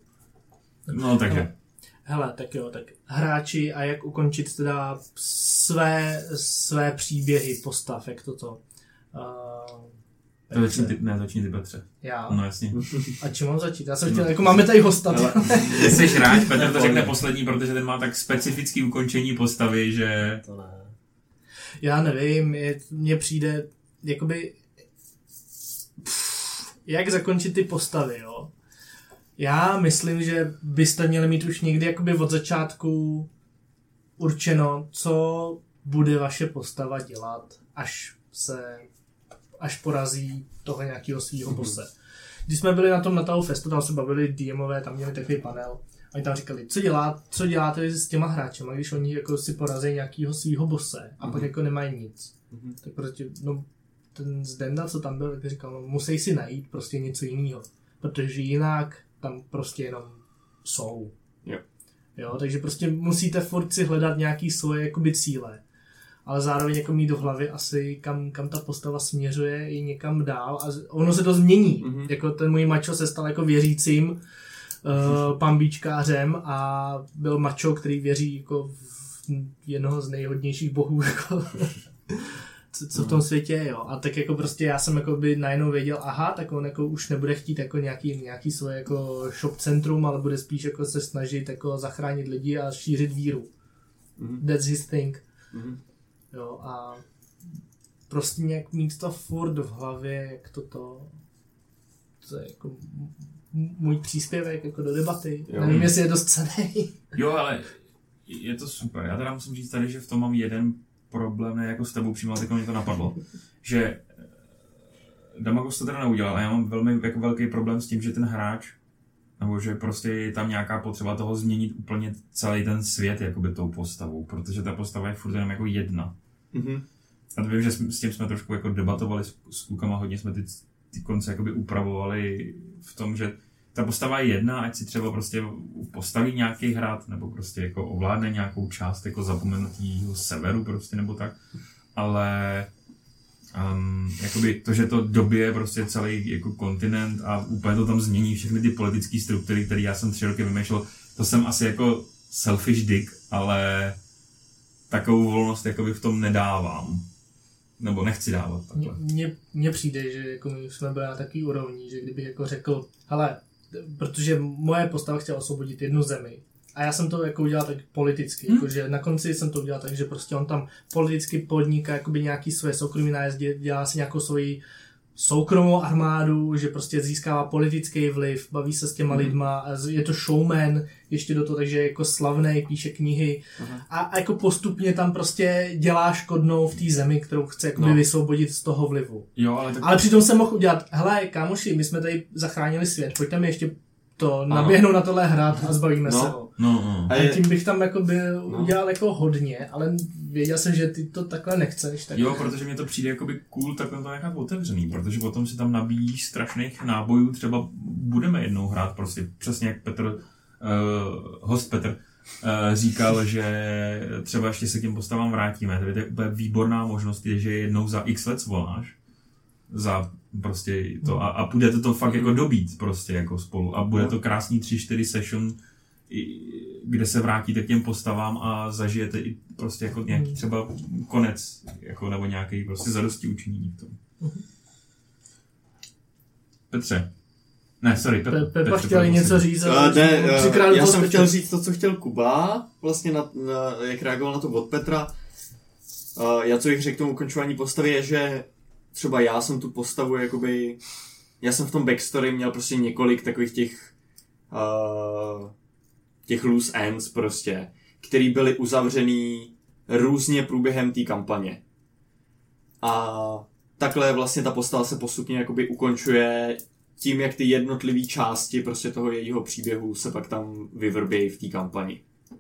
No takže. Hele, hele, tak jo, tak hráči a jak ukončit teda své, své příběhy postav, jak toto. Uh, To začni ty, ne, začni ty Petře. Já? No jasně. A čím mám začít? Já jsem chtěl, No. jako máme tady hosta. Hele. Ty jsi hráč, Petr to Pohodě. řekne poslední, protože ten má tak specifický ukončení postavy, že... To ne. Já nevím, je, mně přijde, jakoby, pff, jak zakončit ty postavy, jo. Já myslím, že byste měli mít už někdy jakoby od začátku určeno, co bude vaše postava dělat, až se, až porazí toho nějakého svýho bose. Když jsme byli na tom Natalu Festu, tam se bavili DMové, tam měli takový panel. Oni tam říkali, co, dělá, co děláte s těma hráčema, když oni jako si porazí nějakého svýho bose a pak jako nemají nic. Tak prostě, no, ten Zdenda, co tam byl, tak říkal, no, musí si najít prostě něco jiného, protože jinak tam prostě jenom jsou. Jo. Jo, takže prostě musíte furt si hledat nějaký svoje jakoby cíle. Ale zároveň jako mít v hlavě asi, kam, kam ta postava směřuje i někam dál a ono se to změní. Mm-hmm. Jako ten můj mačo se stal jako věřícím uh, pambíčkářem a byl mačo, který věří jako v jednoho z nejhodnějších bohů, jako, co, co v tom světě je. Jo. A tak jako prostě já jsem jako by najednou věděl, aha, tak on jako už nebude chtít jako nějaký, nějaký svoje jako shop centrum, ale bude spíš jako se snažit jako zachránit lidi a šířit víru. Mm-hmm. That's his thing. Mm-hmm. Jo, a prostě nějak mít to furt v hlavě, jak toto, to je jako můj příspěvek jako do debaty. Jo. Nevím, jestli je dost cenný. Jo, ale je to super. Já teda musím říct tady, že v tom mám jeden problém, ne jako s tebou přímo, tak mě to napadlo, že Damagos to teda neudělal a já mám velmi jako velký problém s tím, že ten hráč, nebo že prostě je tam nějaká potřeba toho změnit úplně celý ten svět jakoby tou postavou, protože ta postava je furt jenom jako jedna. Mm-hmm. A to vím, že s tím jsme trošku jako debatovali s, s klukama, hodně jsme ty, ty konce jakoby upravovali v tom, že ta postava je jedna, ať si třeba prostě postaví nějaký hrad, nebo prostě jako ovládne nějakou část jako zapomenutýho severu prostě, nebo tak, ale um, jakoby to, že to dobije prostě celý jako kontinent a úplně to tam změní všechny ty politické struktury, které já jsem tři roky vymýšlel, to jsem asi jako selfish dick, ale takovou volnost jakoby v tom nedávám. Nebo nechci dávat takhle. Mně přijde, že jako my jsme byli na takový úrovni, že kdyby jako řekl, hele, protože moje postava chtěla osvobodit jednu zemi. A já jsem to jako udělal tak politicky, hmm. jakože na konci jsem to udělal tak, že prostě on tam politicky podniká jakoby nějaký své soukromí nájezdy, dělá si nějakou svoji soukromou armádu, že prostě získává politický vliv, baví se s těma hmm. lidma, a je to showman ještě do toho, takže je jako slavnej, píše knihy uh-huh. a, a jako postupně tam prostě dělá škodnou v té zemi, kterou chce jakoby no. vysvobodit z toho vlivu. Jo, ale, tak... ale přitom jsem mohl udělat, hele kámoši, my jsme tady zachránili svět, pojďte mi ještě to naběhnout na tohle hrad a zbavíme no. se ho. No, no. A, a tím bych tam jako byl no. udělal jako hodně, ale věděl jsem, že ty to takhle nechceš. Tak... Jo, protože mě to přijde jakoby cool takhle to nechat otevřený, protože potom si tam nabíjíš strašných nábojů, třeba budeme jednou hrát prostě, přesně jak Petr, uh, host Petr, uh, říkal, že třeba ještě se k těm postavám vrátíme, to je úplně výborná možnost, je, že jednou za x let svoláš, za prostě to a, a budete to fakt jako dobít prostě jako spolu a bude to krásný tři čtyři session, kde se vrátíte k těm postavám a zažijete i prostě jako nějaký třeba konec, jako nebo nějaký prostě zadosti učinění v tom. Petře. Ne, sorry. Pe- Pe- Pepa chtěl něco říct. Uh, ne, uh, já jsem chtěl Petře. říct to, co chtěl Kuba, vlastně na, na, jak reagoval na to od Petra. Uh, já co jich řekl k tomu ukončování postavy je, že třeba já jsem tu postavu jakoby, já jsem v tom backstory měl prostě několik takových těch uh, těch loose ends prostě, který byly uzavřený různě průběhem té kampaně. A takhle vlastně ta postava se postupně jakoby ukončuje tím, jak ty jednotlivé části prostě toho jejího příběhu se pak tam vyvrbějí v té kampani.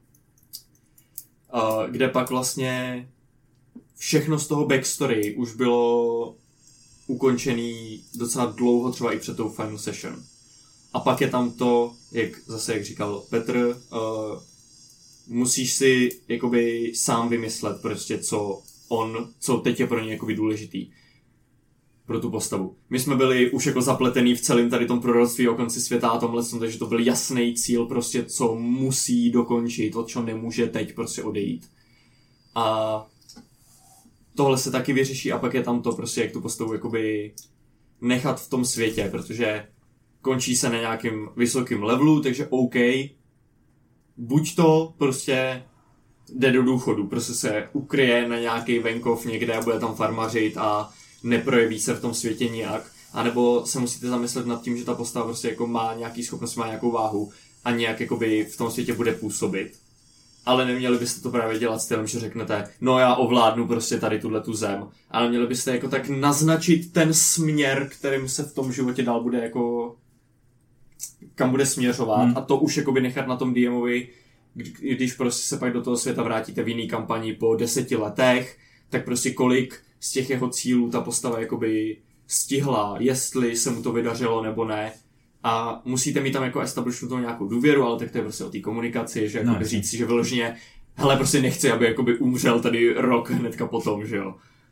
Uh, kde pak vlastně všechno z toho backstory už bylo ukončený docela dlouho, třeba i před tou final session. A pak je tam to, jak zase jak říkal Petr, uh, musíš si jakoby sám vymyslet prostě, co on, co teď je pro ně jakoby důležitý pro tu postavu. My jsme byli už jako zapletený v celém tady tom proroctví o konci světa a tomhle, takže to byl jasný cíl prostě, co musí dokončit, od čeho nemůže teď prostě odejít. A tohle se taky vyřeší a pak je tam to prostě, jak tu postavu jakoby nechat v tom světě, protože končí se na nějakým vysokým levelu, takže OK, buď to prostě jde do důchodu, prostě se ukryje na nějaký venkov někde a bude tam farmařit a neprojeví se v tom světě nijak, anebo se musíte zamyslet nad tím, že ta postava prostě jako má nějaký schopnost, má nějakou váhu a nějak jakoby v tom světě bude působit. Ale neměli byste to právě dělat stylem, že řeknete, no já ovládnu prostě tady tuhletu zem, ale měli byste jako tak naznačit ten směr, kterým se v tom životě dál bude jako kam bude směřovat hmm. a to už jakoby nechat na tom DMovi, když prostě se pak do toho světa vrátíte v jiný kampani po deseti letech, tak prostě kolik z těch jeho cílů ta postava jakoby stihla, jestli se mu to vydařilo nebo ne. A musíte mít tam jako establishnutou nějakou důvěru, ale tak to je prostě o té komunikaci, že no, říct si, že vyloženě hele, prostě nechci, aby jakoby umřel tady rok hnedka potom, že jo.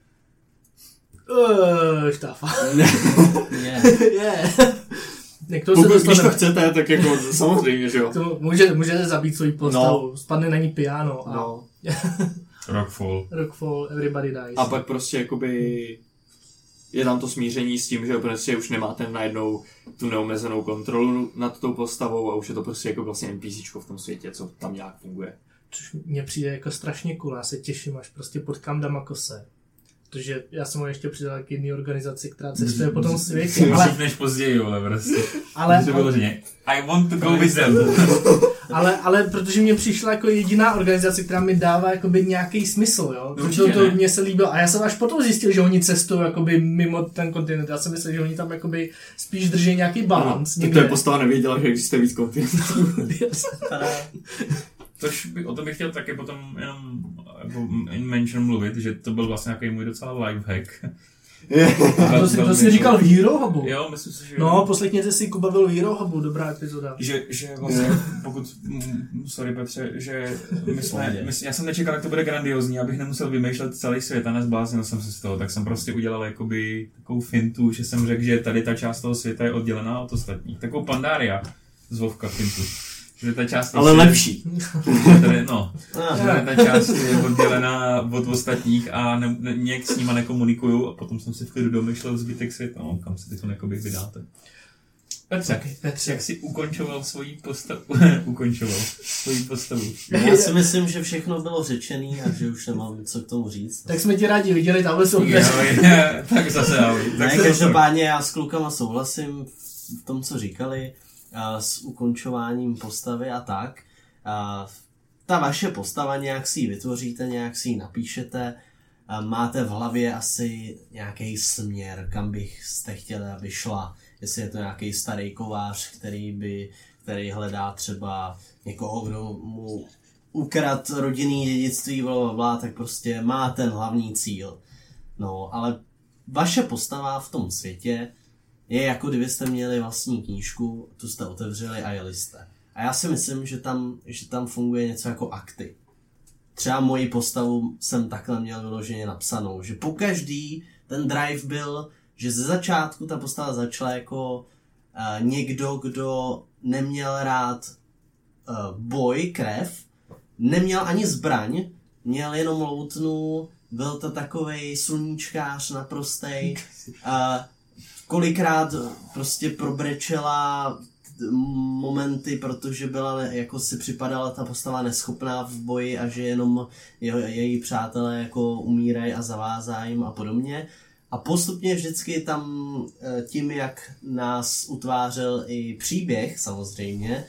Uh, štáfa. Yeah. yeah. Pokud, když to chcete, tak jako samozřejmě, že jo. To může, můžete zabít svou postavu, no. Spadne na ní piano a... No. Rockfall. Rockfall, everybody dies. A pak prostě jakoby je tam to smíření s tím, že prostě už nemáte najednou tu neomezenou kontrolu nad tou postavou a už je to prostě jako vlastně NPCčko v tom světě, co tam nějak funguje. Což mně přijde jako strašně cool, já se těším, až prostě potkám Damakose. Protože já jsem ho ještě přidal k jedné organizaci, která cestuje po tom světě. Ale... než později, ale prostě. Ale... ale... I want to go with them. ale, ale protože mě přišla jako jediná organizace, která mi dává jakoby nějaký smysl, jo. No, to, to mně se líbilo. A já jsem až potom zjistil, že oni cestují jakoby mimo ten kontinent. Já jsem myslel, že oni tam jakoby spíš drží nějaký balans. No, tak to je postava nevěděla, že existuje víc kontinentů. Tož by, o tom bych chtěl taky potom jenom jako in mention mluvit, že to byl vlastně nějaký můj docela lifehack. A to, to jsi říkal v Hero Hubu. Jo, myslím si, že... No, poslechněte si, Kuba byl v Hero Hubu, dobrá epizoda. Že, že vlastně, pokud... Sorry Petře, že my jsme, my, já jsem nečekal, jak to bude grandiozní, abych nemusel vymýšlet celý svět a nezbláznil jsem se z toho, tak jsem prostě udělal jakoby takovou fintu, že jsem řekl, že tady ta část toho světa je oddělená od ostatních. Takovou Pandaria z Vovka fintu. Že ta část ale lepší. Tady, no, že ta část je oddělená od ostatních a ne, ne, nějak s nima nekomunikuju a potom jsem si v klidu domyšlel zbytek světa, no, kam se teď jakoby vydáte. Petře, okay, Petře, jak jsi ukončoval svoji postavu? ukončoval svoji postavu. Já si myslím, že všechno bylo řečený a že už nemám co k tomu říct. Tak jsme ti rádi viděli, tamhle jsou tak zase ahoj. Ne, každopádně já s klukama souhlasím v tom, co říkali. S ukončováním postavy a tak. A ta vaše postava, nějak si ji vytvoříte, nějak si ji napíšete, a máte v hlavě asi nějaký směr, kam byste chtěli, aby šla. Jestli je to nějaký starý kovář, který, by, který hledá třeba někoho, kdo mu ukrad rodinný dědictví, blablabla, tak prostě má ten hlavní cíl. No, ale vaše postava v tom světě je jako kdybyste měli vlastní knížku, tu jste otevřeli a jeli jste. A já si myslím, že tam, že tam funguje něco jako akty. Třeba moji postavu jsem takhle měl vyloženě napsanou, že pokaždý ten drive byl, že ze začátku ta postava začala jako uh, někdo, kdo neměl rád uh, boj, krev, neměl ani zbraň, měl jenom loutnu, byl to takovej sluníčkář naprostej, uh, kolikrát prostě probrečela momenty, protože byla, jako si připadala ta postava neschopná v boji a že jenom je, její přátelé jako umírají a zavázají a podobně. A postupně vždycky tam tím, jak nás utvářel i příběh samozřejmě,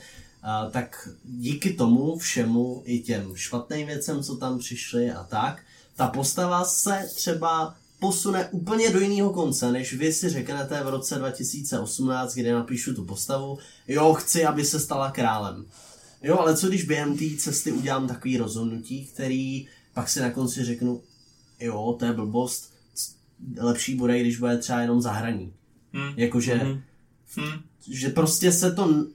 tak díky tomu všemu i těm špatným věcem, co tam přišly a tak, ta postava se třeba posune úplně do jiného konce, než vy si řeknete v roce dva tisíce osmnáct, kde napíšu tu postavu, jo, chci, aby se stala králem. Jo, ale co když během té cesty udělám takový rozhodnutí, který pak si na konci řeknu, jo, to je blbost, lepší bude, když bude třeba jenom zahraní. Hmm. Jakože, hmm. Hmm. že prostě se to,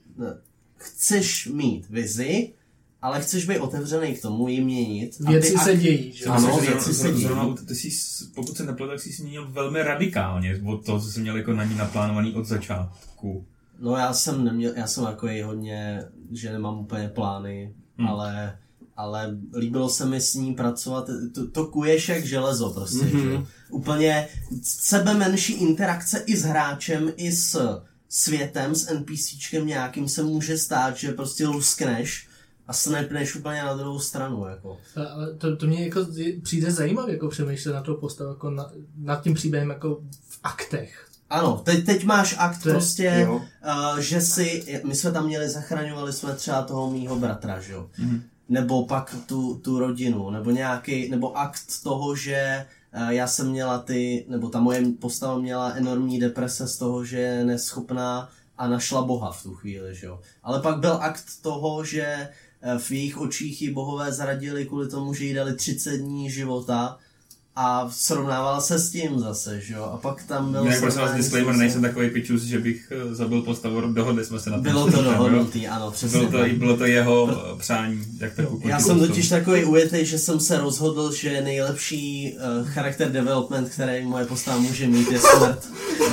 chceš mít vizi, ale chceš být otevřený k tomu, ji měnit. Věci se dějí, že? Ano, věci se dějí. Zrovna, ty jsi, pokud se nepletu, tak jsi změnil velmi radikálně od toho, co jsi měl jako na ní naplánovaný od začátku. No já jsem neměl, já jsem jako hodně, že nemám úplně plány, hmm. ale, ale líbilo se mi s ní pracovat, to, to kuješ jak železo prostě, mm-hmm. že? Úplně sebe menší interakce i s hráčem, i s světem, s NPCčkem nějakým se může stát, že prostě luskneš a snapneš úplně na druhou stranu, jako. Ale to, to mě jako přijde zajímavě, jako přemýšlet na toho postavu, jako na, nad tím příběhem jako v aktech. Ano, teď, teď máš akt to prostě, uh, že si, my jsme tam měli, zachraňovali jsme třeba toho mýho bratra, že jo. Mm-hmm. Nebo pak tu, tu rodinu, nebo nějaký, nebo akt toho, že uh, já jsem měla ty, nebo ta moje postava měla enormní deprese z toho, že je neschopná a našla Boha v tu chvíli, že jo. Ale pak byl akt toho, že v jejich očích ji bohové zradili kvůli tomu, že jí dali třicet dní života a srovnával se s tím zase, že jo, a pak tam byl... Ne, prosím vás, disclaimer, nejsem takový pičus, že bych zabil postavu, dohodli jsme se na to. Bylo to dohodnutý, ano, přesně. Bylo to, bylo to jeho přání, jak tak Já jsem totiž takový ujetý, že jsem se rozhodl, že nejlepší uh, charakter development, který moje postava může mít, je smrt.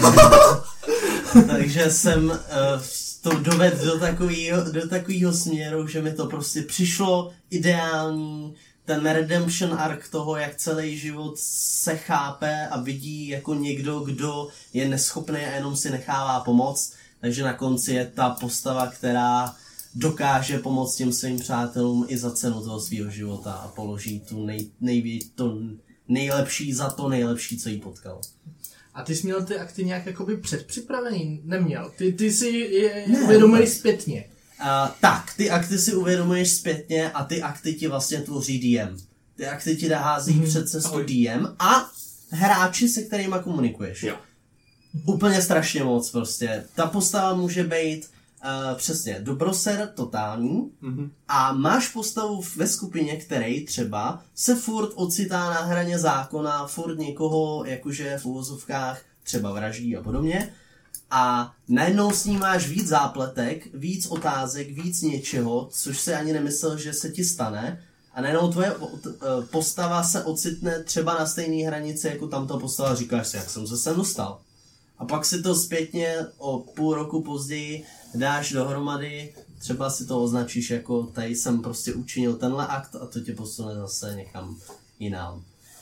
Takže jsem uh, to dovedl do takového do takového směru, že mi to prostě přišlo ideální, ten redemption arc toho, jak celý život se chápe a vidí jako někdo, kdo je neschopný a jenom si nechává pomoct. Takže na konci je ta postava, která dokáže pomoct těm svým přátelům i za cenu toho svého života a položí tu nej, nejvě, to nejlepší za to nejlepší, co jí potkalo. A ty jsi měl ty akty nějak jakoby předpřipravený? Neměl. Ty, ty si je ne, uvědomuješ zpětně. Uh, tak, ty akty si uvědomuješ zpětně a ty akty ti vlastně tvoří D M. Ty akty ti hází mm-hmm. před cestu D M a hráči, se kterými komunikuješ. Jo. Úplně strašně moc prostě. Ta postava může být uh, přesně dobroser totální mm-hmm. a máš postavu ve skupině, který třeba se furt ocitá na hraně zákona, furt někoho jakože v uvozovkách třeba vraždí a podobně. A najednou s ní máš víc zápletek, víc otázek, víc něčeho, což se ani nemyslel, že se ti stane. A najednou tvoje postava se ocitne třeba na stejné hranici, jako tamto postava, říkáš si, jak jsem se sem dostal. A pak si to zpětně o půl roku později dáš dohromady, třeba si to označíš jako tady jsem prostě učinil tenhle akt a to tě posune zase někam jinam.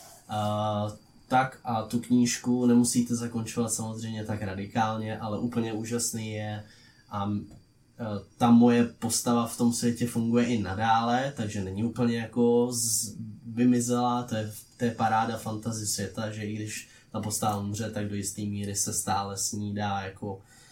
Uh, tak a tu knížku nemusíte zakončovat samozřejmě tak radikálně, ale úplně úžasný je a ta moje postava v tom světě funguje i nadále, takže není úplně jako z, vymizela, to je, to je paráda fantasy světa, že i když ta postava umře, tak do jisté míry se stále s ní dá jako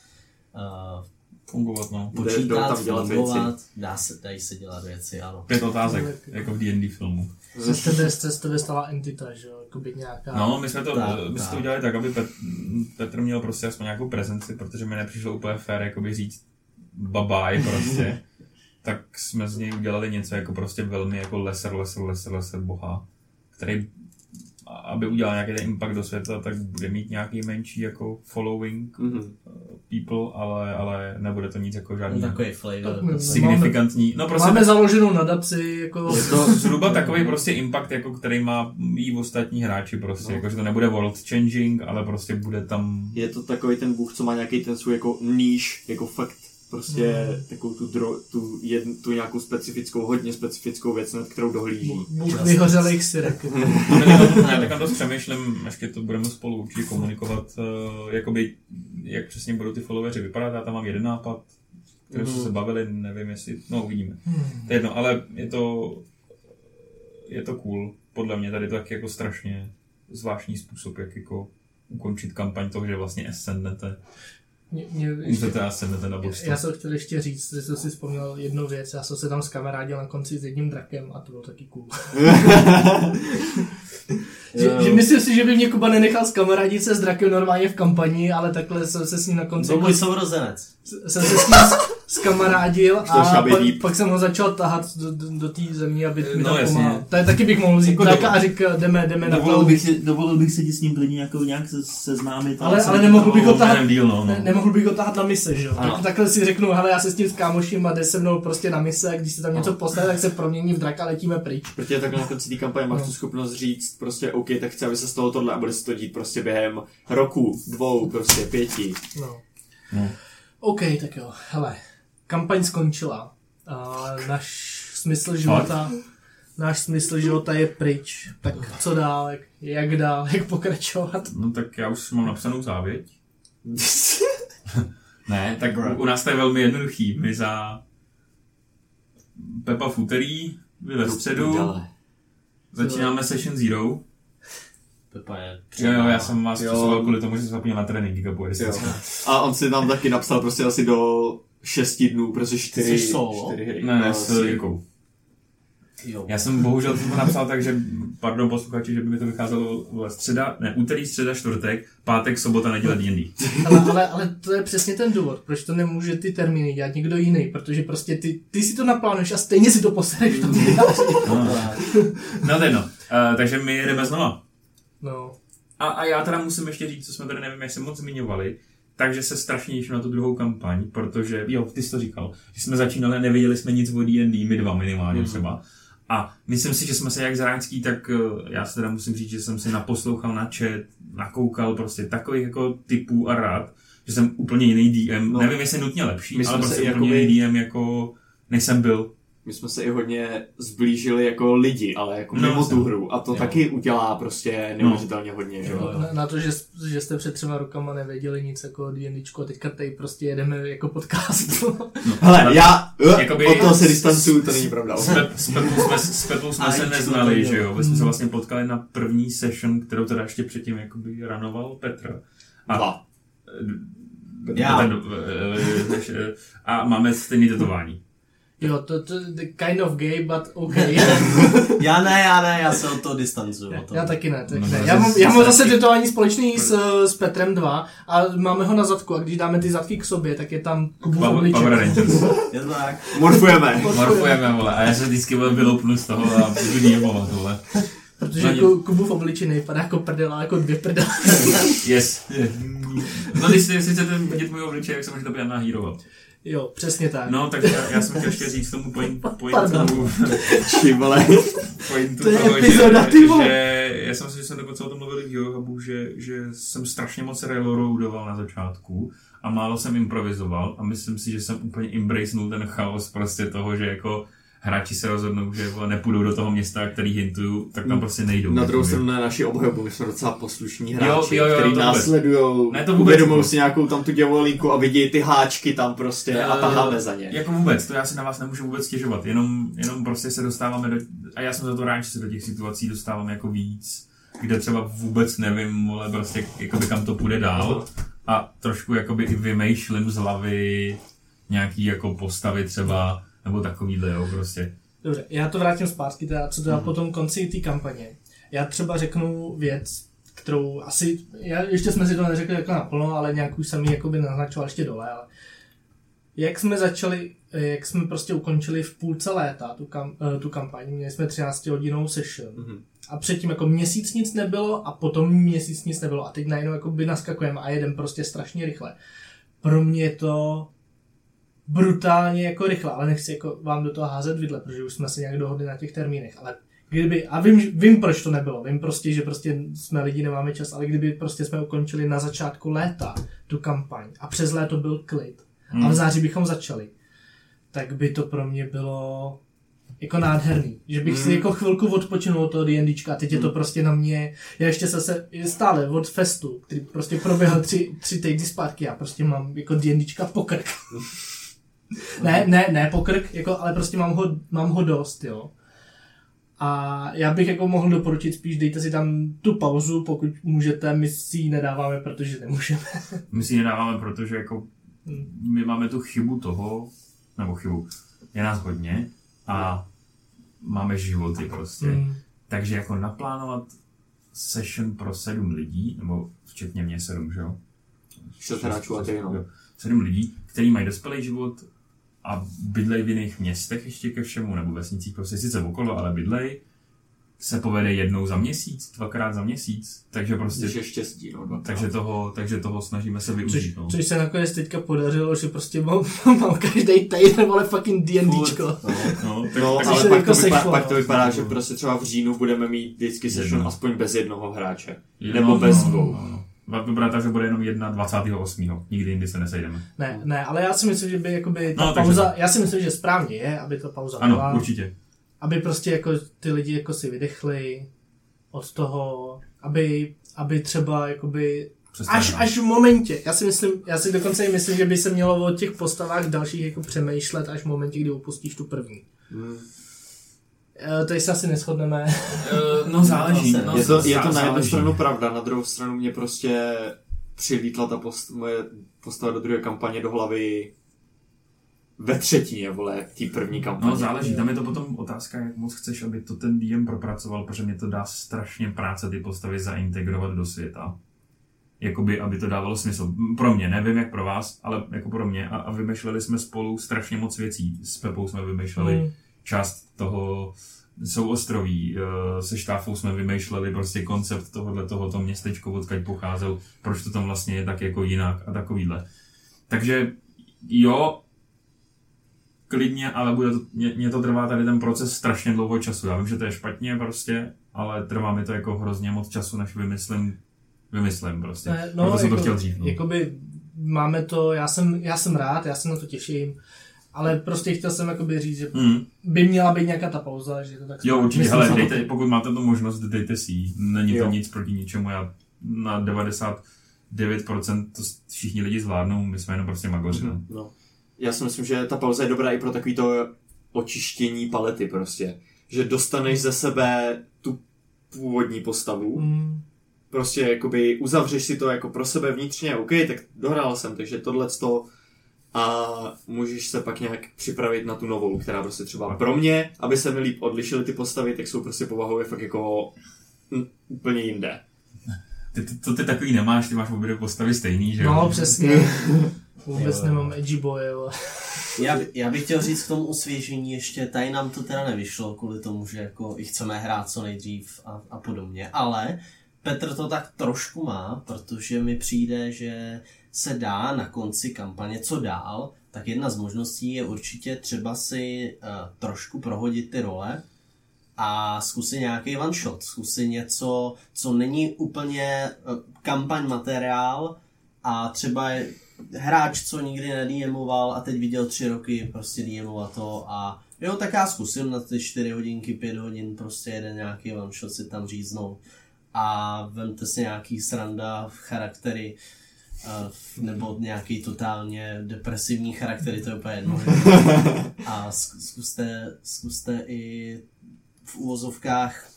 uh, fungovat, no. Počítat, fungovat, dá se, dají se dělat věci, ano. Pět otázek, jako v D and D filmu. Se z tebe stala entita, že jo, jako být nějaká... No, my jsme to, tak, my jsme tak. to udělali tak, aby Pet, Petr měl prostě aspoň nějakou prezenci, protože mi nepřišlo úplně fér, jakoby říct babaj prostě. Tak jsme z něj udělali něco jako prostě velmi jako lesser, lesser, lesser, lesser boha, který, aby udělal nějaký ten impact do světa, tak bude mít nějaký menší jako following mm-hmm. people, ale, ale nebude to nic jako žádný takový flavor, signifikantní. No, prostě máme založenou nadaci, jako... Je to zhruba takový prostě impact, jako který má i ostatní hráči prostě, no. Jako, že to nebude world changing, ale prostě bude tam... Je to takový ten bůh, co má nějaký ten svůj jako níž, jako fakt prostě mm. takovou tu, dro, tu, jedn, tu nějakou specifickou, hodně specifickou věc, nad kterou dohlíží. Bůh vyhořelých syrek. Já tak na to přemýšlím, ještě to budeme spolu určitě komunikovat, uh, jakoby, jak přesně budou ty followeři vypadat. Já tam mám jeden nápad, který mm. jsme se bavili, nevím jestli, no uvidíme. Mm. To je jedno, ale je to, je to cool. Podle mě tady to taky jako strašně zvláštní způsob, jak jako ukončit kampaň toho, že vlastně ascendnete. Mě, mě ještě, na já jsem chtěl ještě říct, že jsem si vzpomněl jednu věc, já jsem se tam skamarádil na konci s jedním drakem a to bylo taky cool. že, že myslím si, že by mě Kuba nenechal skamarádit se s drakem normálně v kampani, ale takhle jsem se s ním na konci... To můj sourozenec. Jsem se s ním skamarádil a pak, pak jsem ho začal tahat do, do, do té země, aby mi no, tam pomáhal. To je taky bych mohl vzít draka a říkal, jdeme, jdeme na dovolil bych, si, dovolil bych se ti s ním klidně jako nějak se, seznámit. Ale, ale nemohl bych ho tahat, díl, no, no. ne, nemohl bych ho tahat na mise, že jo. Tak, takhle si řeknu, hele, já se s tím skámoším a jde se mnou prostě na mise a když se tam něco postane, tak se promění v draka a letíme pryč. Protože takhle na konci té kampaně máš no. tu schopnost říct prostě OK, tak chci, aby se z toho tohle a bude se to dít prostě během roku, dvou, prostě pěti. No. no. OK, tak jo, hele. Kampaň skončila. A náš smysl života, náš smysl života je pryč. Tak co dál, jak, jak dál, jak pokračovat? No tak já už mám napsanou závěť. Ne, tak u, u nás to je velmi jednoduchý. My za Pepa v úterý, vy ve středu, začínáme session zero. Pepa je jo, jo, já jsem vás přesoval kvůli tomu, že jsem zapomněl na tréninky. A on si tam taky napsal prostě asi do šesti dnů, protože čtyři, čtyři hry. Ne, ne, s Jirkou. Já jsem bohužel to napsal tak, že, pardon posluchači, že by mi to vycházelo středa, ne, úterý, středa, čtvrtek, pátek, sobota, neděle, D and D. Ale, ale, ale to je přesně ten důvod, proč to nemůže ty termíny dělat někdo jiný, protože prostě ty, ty si to naplánuješ a stejně si to posereš v tom diáři. No, no to jedno. Uh, takže my jedeme znova. No. A, a já teda musím ještě říct, co jsme tady nevím, jestli moc zmiňovali, takže se strašně těším na tu druhou kampaň, protože, jo, ty jsi to říkal, že jsme začínali a nevěděli jsme nic o D and D, my dva minimálně mm. třeba. A myslím si, že jsme se jak Zráňský, tak já se teda musím říct, že jsem si naposlouchal na chat, nakoukal prostě takových jako typů a rád, že jsem úplně jiný D M, no. Nevím, jestli nutně lepší, ale prostě úplně jakoby... jiný D M jako než jsem byl. My jsme se i hodně zblížili jako lidi, ale jako mimo no, tu hru. A to jo. taky udělá prostě neuvěřitelně no. hodně, že jo. Na, na to, že, že jste před třema rokama nevěděli nic jako D&Dčko a teďka tady prostě jedeme jako podcast. No. Hele, já jakoby, od toho se distancuju, to není pravda. S Peplou jsme, s Peplou jsme se neznali, že jo. My jsme se vlastně potkali na první session, kterou teda ještě předtím jakoby ranoval Petr. A, Dva. Já. A máme stejný tetování. Jo, to je kind of gay, but okay. já ne, já ne, já se od toho distancuju. Já, já taky ne, tak ne. Já mám, já mám zase tetování společný s, s Petrem dva a máme ho na zadku a když dáme ty zadky k sobě, tak je tam Kubův obliček. Power Rangers. Je to tak. Morfujeme. Morfujeme, vole. A já se vždycky vyloupnu z toho a budu dýmovat, vole. Protože no, Kubův obličej nejpadá jako prdela, jako dvě prdela. Yes. No když si chcete vidět můj obličej, jak se můžete být nahýrovat. Jo, přesně tak. No, tak já, já jsem chtěl ještě říct tomu point, pointu, Čivole. pointu to je toho, epizoda, že, že já jsem si, že jsem dokonce o tom mluvil v Geohubu, že, že jsem strašně moc railroadoval na začátku a málo jsem improvizoval a myslím si, že jsem úplně embracenul ten chaos prostě toho, že jako hráči se rozhodnou, že nepůjdou do toho města, který hintuju, tak tam prostě nejdou. Na druhou stranu na naši obhajobu, my jsme docela poslušní hráči, jo, jo, jo, který následujou, uvědomují si nějakou tam tu děvolínku a vidějí ty háčky tam prostě a taháme za ně. Jako vůbec, to já si na vás nemůžu vůbec stěžovat, jenom, jenom prostě se dostáváme do, a já jsem za to rád, že se do těch situací dostáváme jako víc, kde třeba vůbec nevím, ale prostě jakoby kam to půjde dál a trošku jakoby i vymýšlím z hlavy nějaký jako postavy třeba, nebo takovýhle, jo, prostě. Dobře, já to vrátím zpátky, teda, co teda mm. po tom konci té kampaně. Já třeba řeknu věc, kterou asi, já, ještě jsme si to neřekli jako naplno, ale nějak už jsem ji jakoby naznačoval ještě dole, ale jak jsme začali, jak jsme prostě ukončili v půlce léta tu, kam, tu kampaň, měli jsme třináctihodinovou session mm. a předtím jako měsíc nic nebylo a potom měsíc nic nebylo a teď najednou jakoby naskakujeme a jedem prostě strašně rychle. Pro mě je to brutálně jako rychle, ale nechci jako vám do toho házet vidle, protože už jsme se nějak dohodli na těch termínech, ale kdyby, a vím, vím proč to nebylo, vím prostě, že prostě jsme lidi, nemáme čas, ale kdyby prostě jsme ukončili na začátku léta tu kampaň a přes léto byl klid hmm. a v září bychom začali, tak by to pro mě bylo jako nádherný, že bych hmm. si jako chvilku odpočinul od toho D&Dčka a teď je to prostě na mě, já ještě zase stále od festu, který prostě proběhl tři, tři týdny zpátky, já prostě mám jako D&Dčka pokrk. Ne, ne, ne pokrk, jako, ale prostě mám ho, mám ho dost, jo. A já bych jako mohl doporučit spíš, dejte si tam tu pauzu, pokud můžete, my si ji nedáváme, protože nemůžeme. My si ji nedáváme, protože jako my máme tu chybu toho, nebo chybu, je nás hodně a máme životy prostě. Mm. Takže jako naplánovat session pro sedm lidí, nebo včetně mě sedm, že jo? Šest hráčů a ty jenom. Sedm lidí, kteří mají dospělý život a bydlej v jiných městech ještě ke všemu, nebo vesnicích, prostě sice okolo, ale bydlej, se povede jednou za měsíc, dvakrát za měsíc, takže prostě... Když je štěstí, no, dvakrát. takže, toho, takže toho snažíme se využít, což, no. Což se nakonec teďka podařilo, že prostě mám, mám každý týden, ale fucking D&Dčko. No, no, tak, no tak, ale pak, jako to vypadá, sešlo, pak to vypadá, že prostě třeba v říjnu budeme mít vždycky session aspoň bez jednoho hráče. Jedno, nebo bez no, dvou. No, no. Vypadá tak, že bude jenom jedna dvacátého osmého Nikdy jindy se nesejdeme. Ne, ne, ale já si myslím, že by jakoby ta no, pauza, takže... já si myslím, že správně je, aby ta pauza ano, byla. Ano, určitě. Aby prostě jako ty lidi jako si vydechli od toho, aby, aby třeba jakoby až, až v momentě, já si myslím, já si dokonce i myslím, že by se mělo o těch postavách dalších jako přemýšlet až v momentě, kdy opustíš tu první. Hmm. Tady se asi neshodneme. No záleží. No, je to, je to na jednu stranu pravda, na druhou stranu mě prostě přilítla ta post, moje postava do druhé kampaně do hlavy ve třetině, vole, té první kampaně. No záleží, tam je to potom otázka, jak moc chceš, aby to ten D M propracoval, protože mě to dá strašně práce ty postavy zaintegrovat do světa. Jakoby, aby to dávalo smysl. Pro mě, nevím jak pro vás, ale jako pro mě. A, a vymýšleli jsme spolu strašně moc věcí. S Pepou jsme vymýšleli mm. část toho jsou ostroví, se štáfou jsme vymýšleli prostě koncept tohohle tohoto městečko, odkud pocházel, proč to tam vlastně je tak jako jinak a takovýhle. Takže jo, klidně, ale bude to, mě, mě to trvá tady ten proces strašně dlouho času. Já vím, že to je špatně prostě, ale trvá mi to jako hrozně moc času, než vymyslím, vymyslím prostě. Ne, no, proto jsem jako, to chtěl dřív. No. Jakoby máme to, já jsem, já jsem rád, já se na to těším, ale prostě chtěl jsem jakoby říct, že mm. by měla být nějaká ta pauza, že to tak jo, určitě, myslím, hele, to... dejte, pokud máte tu možnost, dejte si ji. Není jo. to nic proti ničemu, já na devadesát devět procent to všichni lidi zvládnou, my jsme jenom prostě magoři. Mm. No. Já si myslím, že ta pauza je dobrá i pro takový to očištění palety prostě. Že dostaneš ze sebe tu původní postavu, mm. prostě jakoby uzavřeš si to jako pro sebe vnitřně, OK, tak dohrál jsem, takže tohleto a můžeš se pak nějak připravit na tu novou, která prostě třeba pro mě, aby se mi líp odlišily ty postavy, tak jsou prostě povahově fakt jako m, úplně jinde. Ty, ty, to ty takový nemáš, ty máš obě dvě postavy stejný, že jo? No, přesně. Vůbec jo, nemám edgy boje, jo. Já, by, já bych chtěl říct k tomu osvěžení ještě, tady nám to teda nevyšlo kvůli tomu, že jako i chceme hrát co nejdřív a, a podobně, ale Petr to tak trošku má, protože mi přijde, že se dá na konci kampaně co dál, tak jedna z možností je určitě třeba si uh, trošku prohodit ty role a zkusit nějaký one shot, zkusit něco, co není úplně uh, kampaň materiál a třeba je hráč, co nikdy nediemoval a teď viděl tři roky prostě diemovat to a jo, tak já zkusím na ty čtyři hodinky, pět hodin prostě jeden nějaký one shot si tam říznout a vemte si nějaký sranda v charaktery uh, nebo nějaký totálně depresivní charaktery, to je úplně jedno. A zkuste, zkuste i v úvozovkách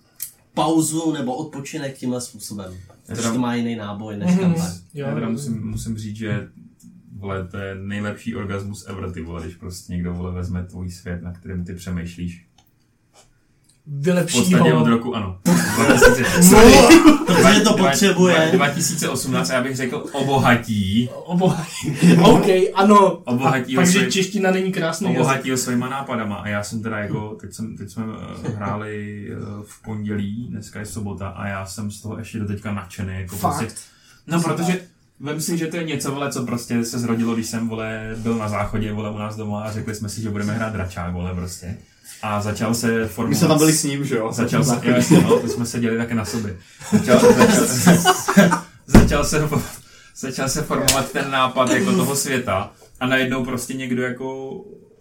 pauzu nebo odpočinek tímhle způsobem. Protože to má jiný náboj než kampaň. Já teda musím, musím říct, že vole, to je nejlepší orgasmus ever, ty vole, když prostě někdo vole vezme tvůj svět, na kterém ty přemýšlíš. Vylepší v podstatě ho. od roku, ano. Protože to potřebuje. dva tisíce osmnáct, já bych řekl, obohatí. Obohatí. OK, ano. Obohatí Takže svoj... čeština není krásný. Obohatí ho svýma nápadama. A já jsem teda jako, teď, jsem, teď jsme hráli v pondělí, dneska je sobota a já jsem z toho ještě do teďka nadšený. Jako prostě, no, protože vem si, že to je něco, vole, co prostě se zrodilo, když jsem, vole, byl na záchodě, vole, u nás doma a řekli jsme si, že budeme hrát dračák, vole, prostě. A začal se formovat... My jsme tam byli s ním, že jo? Začal se, jo, jasně, no, to jsme seděli také na sobě. Začal, začal, začal, se, začal se formovat ten nápad jako toho světa a najednou prostě někdo jako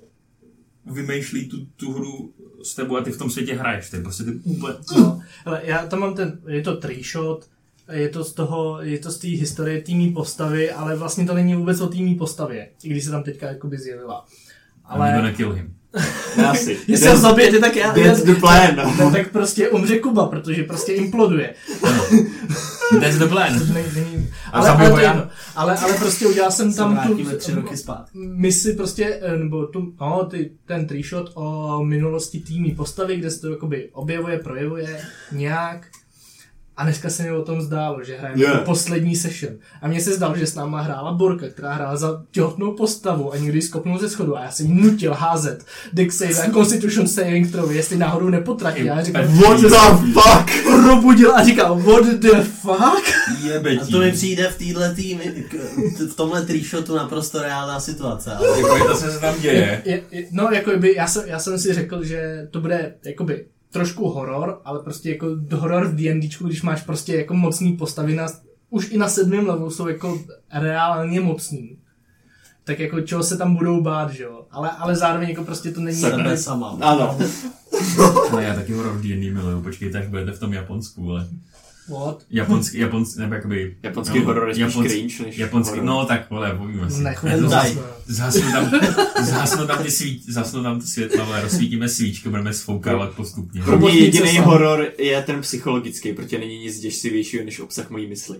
vymýšlí tu, tu hru s tebou a ty v tom světě hraješ, ty prostě ty úplně... No, ale já tam mám ten, je to three shot, je to z toho, je to z té historie týmí postavy, ale vlastně to není vůbec o týmí postavě, i když se tam teďka jakoby zjevila. Ale... I'm gonna kill him. Asi. Jestli ho zabijete, tak já... That's the plan. No, tak prostě umře Kuba, protože prostě imploduje. That's the plan. Není, není, ale, ale, to jedno. ale, ale prostě udělal jsem tam tu tři roky zpátky. misi prostě, nebo tu, no, ty, ten three shot o minulosti týmí postavy, kde se to jakoby objevuje, projevuje nějak. A dneska se mi o tom zdálo, že hrajeme yeah. poslední session. A mně se zdálo, že s náma hrála Borka, která hrála za těhotnou postavu a někdy skopnul ze schodu. A já jsem jí nutil házet Dex save a Constitution saving throw, jestli náhodou nepotratí. A já říkal, what the fuck? Probudil a říkal, what the fuck? Jebetí. A to mi přijde v téhle týmy, v tomhle three-shotu naprosto reálná situace. Ale... Jako to se tam děje. Je, je, no, jakoby, já jsem, já jsem si řekl, že to bude, jakoby, trošku horor, ale prostě jako horor v D&Dčku, když máš prostě jako mocný postavy na, už i na sedmém levelu jsou jako reálně mocný. Tak jako čeho se tam budou bát, že jo? Ale, ale zároveň jako prostě to není... Sebe sama. Ano. Ale já taky horor v D and D miluju, počkejte, až budete v tom Japonsku, ale... What? Japonský, japonský, nebo jakoby... Japonský no, horor je spíš japonský, cringe než japonský, horor. No tak, vole, povíme si. Nechujeme Zhasnu tam, zhasnu tam ty svíč, zhasnu tam ty světla, vole, rozsvítíme svíčku, budeme sfoukávat postupně. Pro mě jediný horor je ten psychologický, protože není nic děsιvějšího než obsah mojí mysli.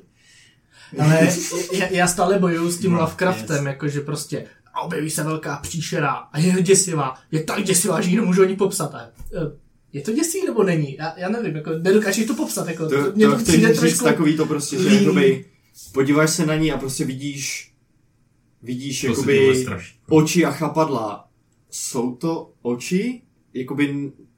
Ale já, já stále bojuju s tím no, Lovecraftem, yes. Jakože prostě a objeví se velká příšera a je děsivá, je tak děsivá, že ji nemůžu ani popsat. A, je to děsivý nebo není? Já, já nevím, jako nedokážeš to popsat. Jako, to, mě to, to chci říct trošku... takový to prostě, že jakoby podíváš se na ní a prostě vidíš vidíš to jakoby oči a chapadla. Jsou to oči? Jakoby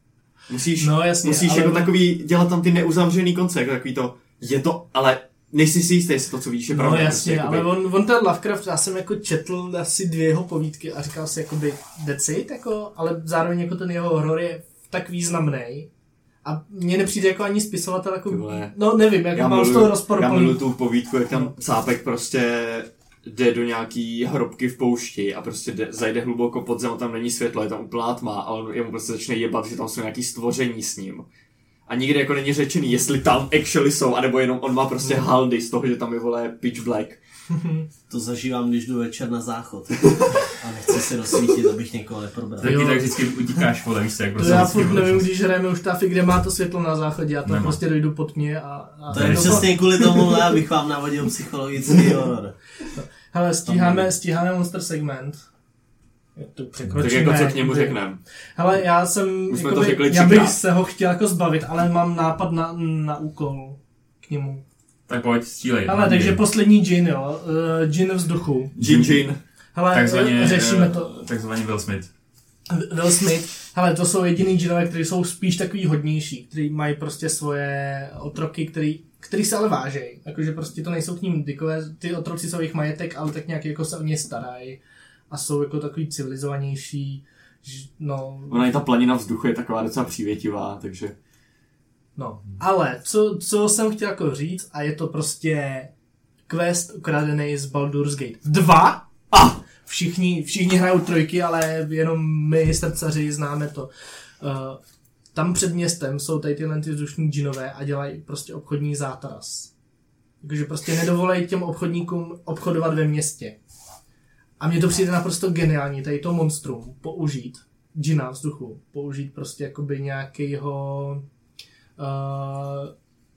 Musíš, No, jasně, musíš ale jako on- takový, dělat tam ty neuzavřený konce, jako takový to, je to, ale nejsi si jistý, jestli to, co víš, je No pravda. jasně, prostě, ale jakoby, on, on ten Lovecraft, já jsem jako četl asi dvě jeho povídky a říkal si jakoby that's it, jako, ale zároveň jako ten jeho horor je tak významný. A mně nepřijde jako ani spisovatel, jako, Ty vole. no nevím, jak já mám z toho miluju, já rozporuplný. miluju tu povídku, jak tam No. cápek prostě jde do nějaký hrobky v poušti a prostě jde, zajde hluboko pod zem, tam není světlo, je tam úplná tma a on jemu prostě začne jebat, že tam jsou nějaký stvoření s ním. A nikdy jako není řečený, jestli tam actually jsou, anebo jenom on má prostě haldy z toho, že tam je, vole, pitch black. To zažívám, když jdu večer na záchod. A nechci se rozsvítit, abych někoho neprobral. Taky Jo. tak vždycky utíkáš, vole, víš se, jak To prostě já vždycky, furt vole, nevím, přes- když hrajeme už táfy, kde má to světlo na záchodě, já tam Nemá. prostě dojdu pod tmě a... a To je to- přesně kvůli tomu, abych vám navodil psychologický horor. Hele, stíháme, stíháme monster segment. Je to Tak překročíme. jako co k němu jakoby. řekneme. Hele, já jsem, Už jsme jakoby, to řekli já bych třikrát. se ho chtěl jako zbavit, ale mám nápad na, na úkol k němu. Tak pojď, střílej. Hele, takže poslední džin, jo, uh, džin vzduchu. Jin Jin. Hele, Takzvaně, řešíme eh, to. takzvaně Will Smith. Will Smith, hele, to jsou jediný džinové, kteří jsou spíš takový hodnější, kteří mají prostě svoje otroky, který, který se ale vážejí. Jakože prostě to nejsou k ním dykové, ty otroci jsou jejich majetek, ale tak nějak jako se o ně starají a jsou jako takový civilizovanější, ž- no, Ona i ta planina vzduchu je taková docela přívětivá, takže... no. Ale co, co jsem chtěl jako říct, a je to prostě quest ukradený z Baldur's Gate dva. A všichni, všichni hrajou trojky, ale jenom my srdcaři známe to. Uh, tam před městem jsou tady tyhle ty vzdušní džinové a dělají prostě obchodní zátaras. Takže prostě nedovolej těm obchodníkům obchodovat ve městě. A mně to přijde naprosto geniální, tady to monstrum použít, džina vzduchu, použít prostě jakoby nějakýho uh,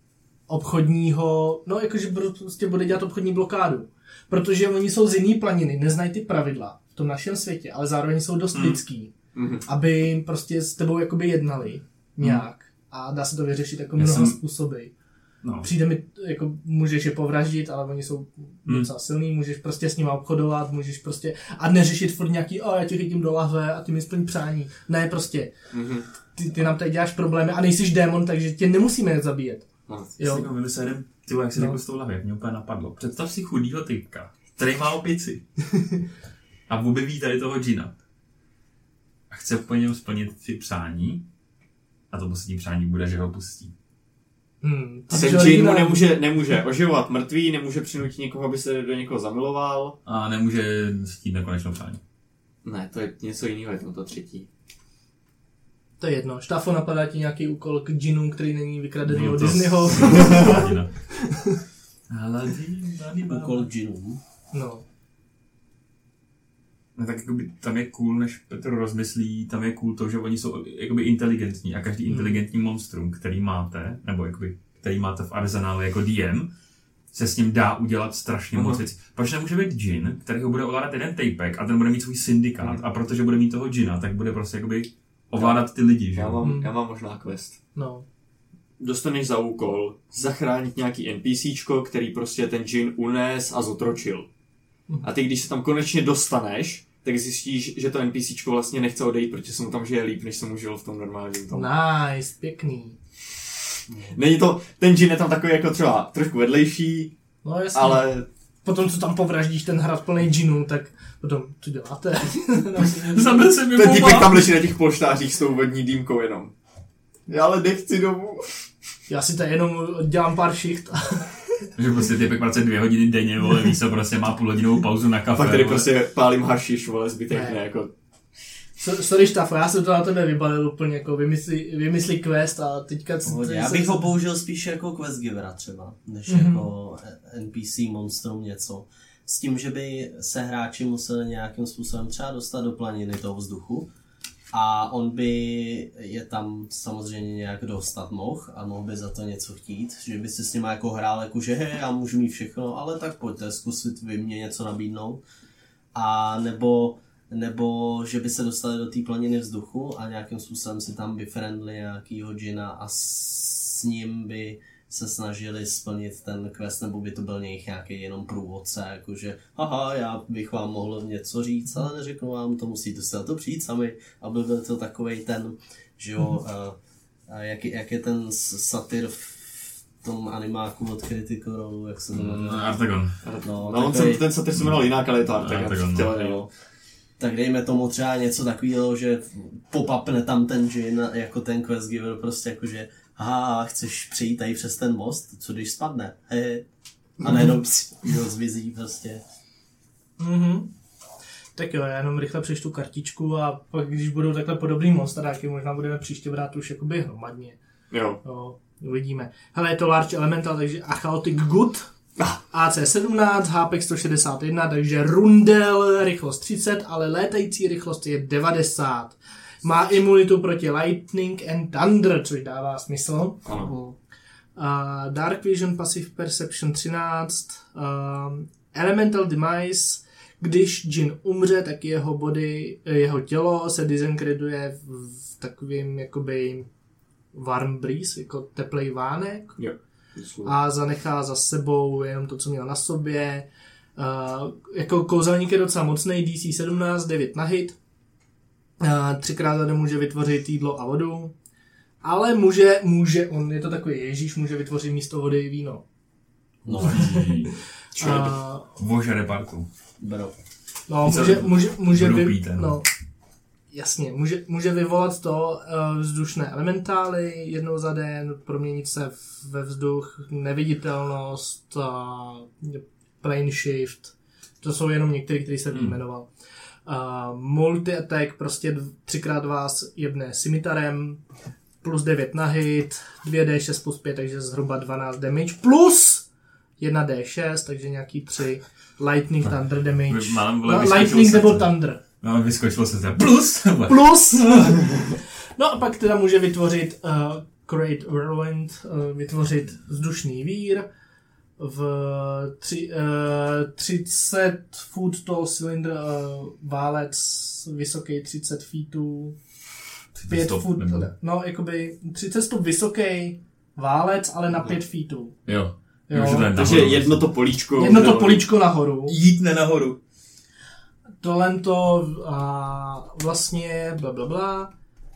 obchodního, no jakože prostě bude dělat obchodní blokádu. Protože oni jsou z jiný planiny, neznají ty pravidla v tom našem světě, ale zároveň jsou dost Mm. lidský, Mhm. aby prostě s tebou jakoby jednali nějak. A dá se to vyřešit jako Já mnoha jsem- způsoby. No. Přijde mi, jako můžeš je povraždit, ale oni jsou Hmm. docela silný, můžeš prostě s nimi obchodovat, můžeš prostě a neřešit furt nějaký, o já tě chytím do lahve a ty mi splň přání. Ne, prostě, Mhm. ty, ty nám tady děláš problémy a nejsiš démon, takže tě nemusíme zabíjet. No. Jo. Jo. Jako vymyslel jeden, ty vole, jak si No. řekl s tou hlavě, jak mě úplně napadlo. Představ si chudýho typka, který má opici. A objeví tady toho džina. A chce po něm splnit ty přání. A to poslední přání bude, že ho pustí. Hmm. A ten džin mu nemůže, nemůže oživovat mrtvý, nemůže přinutit někoho, aby se do někoho zamiloval. A nemůže chtít nekonečnou přání. Ne, to je něco jiného, je tam to třetí. To je jedno. Štafo, napadá ti nějaký úkol k džinům, který není vykradený No od to Disneyho. Aladina. Aladin, Aladin, Úkol džinů. No. No tak jakoby, tam je cool, než Petr rozmyslí, tam je cool to, že oni jsou jakoby inteligentní a každý Hmm. inteligentní monstrum, který máte, nebo jakoby, který máte v arzenálu jako D M, se s ním dá udělat strašně moc Aha. věcí. Proč nemůže být džin, který ho bude ovládat jeden tapek a ten bude mít svůj syndikát Mhm. a protože bude mít toho džina, tak bude prostě jakoby ovládat ty lidi, že Já jo? mám, Hmm. já mám možná quest. No. Dostaneš za úkol zachránit nějaký NPCčko, který prostě ten džin unes a zotročil. Mhm. A ty, když se tam konečně dostaneš, tak zjistíš, že to NPCčko vlastně nechce odejít, protože se mu tam žije líp, než se mu žilo v tom normálním tom. Nice, pěkný. Není to, ten džin je tam takový jako třeba trošku vedlejší, No jasně. ale Potom, co tam povraždíš ten hrad plný džinů, tak potom, co děláte? Zabil jsem ten týpek tam leží na těch polštářích s tou vodní dýmkou jenom. Já ale nechci domů. Já si tady jenom dělám pár šicht. Že prostě typek pracuje dvě hodiny denně, vole, víš co, prostě má půlhodinovou pauzu na kafe. Pak tady vole. prostě pálím hašiš, vole, zbytek Ne. ne, jako... So- Sorry, Štafo, já jsem to na tebe vybalil úplně jako vymysli, vymysli quest a teďka... c- Pohodě. c- Já se- bych ho použil spíš jako quest givera třeba, než Mhm. jako N P C monstrum něco. S tím, že by se hráči museli nějakým způsobem třeba dostat do planiny toho vzduchu a on by je tam samozřejmě nějak dostat mohl a mohl by za to něco chtít, že by si s nima jako hrál jako, že hej, já můžu mít všechno, ale tak pojďte zkusit vy mě něco nabídnout. A nebo nebo že by se dostali do té planiny vzduchu a nějakým způsobem si tam befriendli nějakýho džina a s ním by se snažili splnit ten quest, nebo by to byl nějaký, nějaký jenom průvodce, jakože haha, já bych vám mohl něco říct, ale neřeknu vám to, musíte se na to přijít sami, aby byl to takovej ten, že jo, uh, A jak, jak je ten satyr v tom animáku od Critical Role, jak se to jmenuje? Mm, Artagon. No, No on takový, se, ten satyr se jmenoval jinak, ale je to Artagon, Artagon. no. No. tak dejme tomu třeba něco takového, že popapne tam ten džin jako ten quest giver, prostě jako, že aha, chceš přejít tady přes ten most, co když spadne? He. A najednou jo, zmizí prostě. Mhm. Tak jo, já jenom rychle přečtu kartičku a pak, když budou takhle podobný monstráky, možná budeme příště brát už jakoby hromadně. Jo. Jo, uvidíme. Hele, je to Large Elemental, takže a Chaotic Good, A C sedmnáct, H P sto šedesát jedna, takže rundel, rychlost třicet, ale létající rychlost je devadesát. Má imunitu proti Lightning and Thunder, což dává smysl. Ano. Uh, Dark Vision, Passive Perception třináct, um, Elemental Demise, když džin umře, tak jeho body, jeho tělo se disenkreduje v, v takovým jakoby warm breeze, jako teplej vánek. Jo. A zanechá za sebou jenom to, co měl na sobě. Uh, jako kouzelník je docela mocný, D C sedmnáct, devět na hit. Uh, třikrát za den může vytvořit jídlo a vodu. Ale může, může, on je to takový Ježíš, může vytvořit místo vody i víno. No, Uh, Vožere partu. bro. no, může, může, může Budu vy, pít, no. no, jasně, může, může vyvolat to uh, vzdušné elementály jednou za den, proměnit se ve vzduch, neviditelnost, uh, plane shift, to jsou jenom některé, které jsem vyjmenoval. Uh, multi-attack, prostě třikrát vás jebne scimitarem, plus devět na hit, dva D šest plus pět, takže zhruba dvanáct damage, plus jedna D šest, takže nějaký tři lightning, thunder damage. Mám, vole, No, vyskočilo lightning se nebo to. thunder. No, vyskočilo se to. Plus! Plus! No a pak teda může vytvořit uh, Great Whirlwind, uh, vytvořit vzdušný vír v tři, uh, třicet foot tall cylinder, uh, válec vysoký třicet feetů, pět stop, foot, nebo- no jakoby třicet stop vysoký válec, ale na pět feetů. Jo. Jo. Už to je Takže nahoru. jedno to políčko. Jedno to nahoru. políčko nahoru. Jít ne nahoru. Tohle to a vlastně bla bla bla.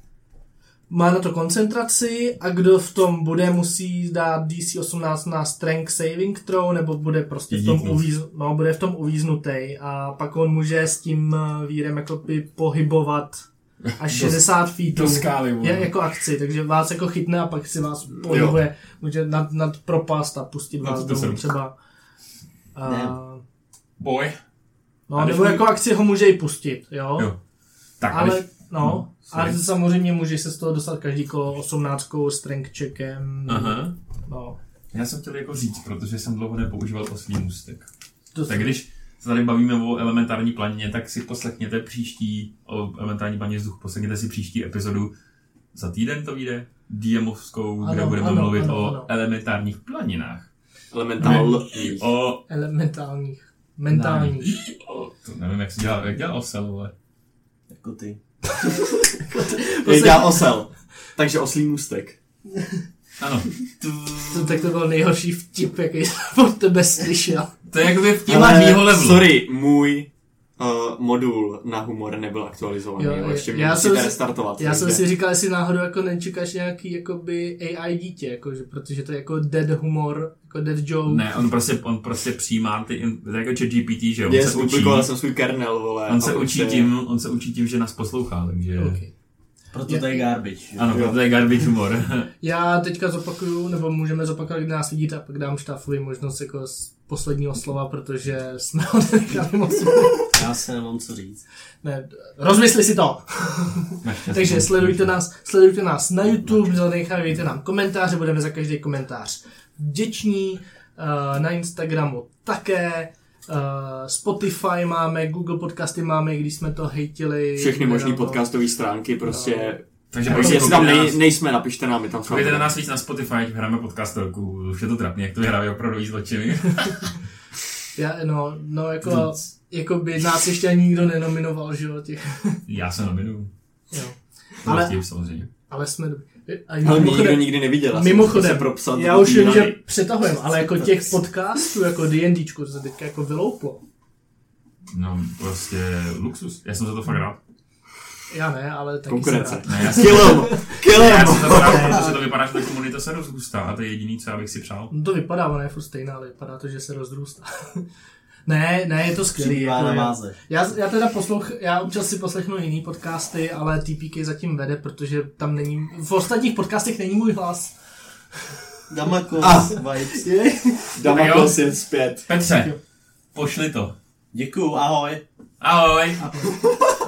Má na to koncentraci a kdo v tom bude, musí dát D C osmnáct na Strength Saving Throw, nebo bude prostě v tom, Díknout. uvíz, no, bude v tom uvíznutej a pak on může s tím vírem jakoby pohybovat až šedesát feetů. do skály, vole. Je jako akci, takže vás jako chytne a pak si vás pohybuje, může nad, nad propast a pustit No, vás to dolů jsem. třeba. Ne. A, Boj. no, A když nebo mu- jako akci ho může i pustit, jo? Jo. Tak, Ale, když... no, no, ale sorry. samozřejmě může se z toho dostat každý kolo osmnáctkou strength checkem. Aha. No, Já jsem chtěl jako říct, protože jsem dlouho nepoužíval oslý můstek. to Tak když se tady bavíme o elementární planině, tak si poslechněte příští, o elementární planině vzduch, poslechněte si příští epizodu. Za týden to vyjde, DMovskou, kde Ano, budeme ano, mluvit ano, o ano. elementárních planinách. Elementál. O... elementálních, mentálních. o to nevím, jak se dělá, jak dělá osel, ale... Jako ty. Jak dělá osel. Takže oslý můstek. Ano. To, tak to byl nejhorší vtip, jaký jsem od tebe slyšel. To je jakoby v těma mýho levelu. sorry, můj uh, modul na humor nebyl aktualizovaný. Jo, Jo, ještě mě já musíte jsem si- restartovat. Já jsem takže- si říkal, jestli náhodou jako nečekáš nějaký jakoby A I dítě, jakože, protože to je jako dead humor, jako dead joke. Ne, on prostě, on prostě přijímá ty, in- to je jako ChatGPT, že on Yes, se učí, publikoval jsem svůj kernel, vole. on se a učí prostě- tím, on se učí tím, že nás poslouchá, takže... Okay. Proto to je garbage. že? Ano, Jo. to je garbage humor. Já teďka zopakuju, nebo můžeme zopakovat, kdy nás vidíte a pak dám Štáfovi možnost jako z posledního slova, protože jsme ho nenechali moc. Já se nemám co říct. Ne, rozmysli si to! Takže sledujte nás, sledujte nás na YouTube, zanechávejte nám komentáře, budeme za každý komentář vděční, uh, na Instagramu také, uh, Spotify máme, Google podcasty máme, když jsme to hejtili. Všechny možný nedávno. podcastové stránky, prostě... Takže Takže prostě jestli tam koukejte nej, nás- nejsme, napište nám, my tam koukejte na nás víc na Spotify, ať hráme podcastelku, už je to trapný, jak to hrají opravdu zločiny. Já, no, no jako, jako by nás ještě ani nikdo nenominoval, že jo, těch, Já se nominuju. jo. Ale... Ale, samozřejmě. ale jsme dobrý. A Ale mě nikdo mimochodem, nikdy neviděl. já jsem mimochodem se propsat já do už vím, týrany. že přetahujeme, ale jako těch podcastů, jako D&Dčku, to se teďka jako vylouplo. No, prostě luxus. Já jsem za to fakt rád. Já ne, ale taky Konkurence. jsem rád. Ne, já si, Kill him! Kill ne, já him! si to rád, protože to vypadá, že ta komunita se rozrůstá a to je jediný, co já bych si přál. No to vypadá, ona je furt stejná, ale vypadá to, že se rozrůstá. ne, ne, je to skvělý. Přibývá Jako na je- váze. já, já teda poslouch, já občas si poslechnu jiný podcasty, ale T P K zatím vede, protože tam není, v ostatních podcastech není můj hlas. Damakos Ah. vibes. Damakos je zpět. Petře, pošli to. Děkuju, ahoj. Ahoj. A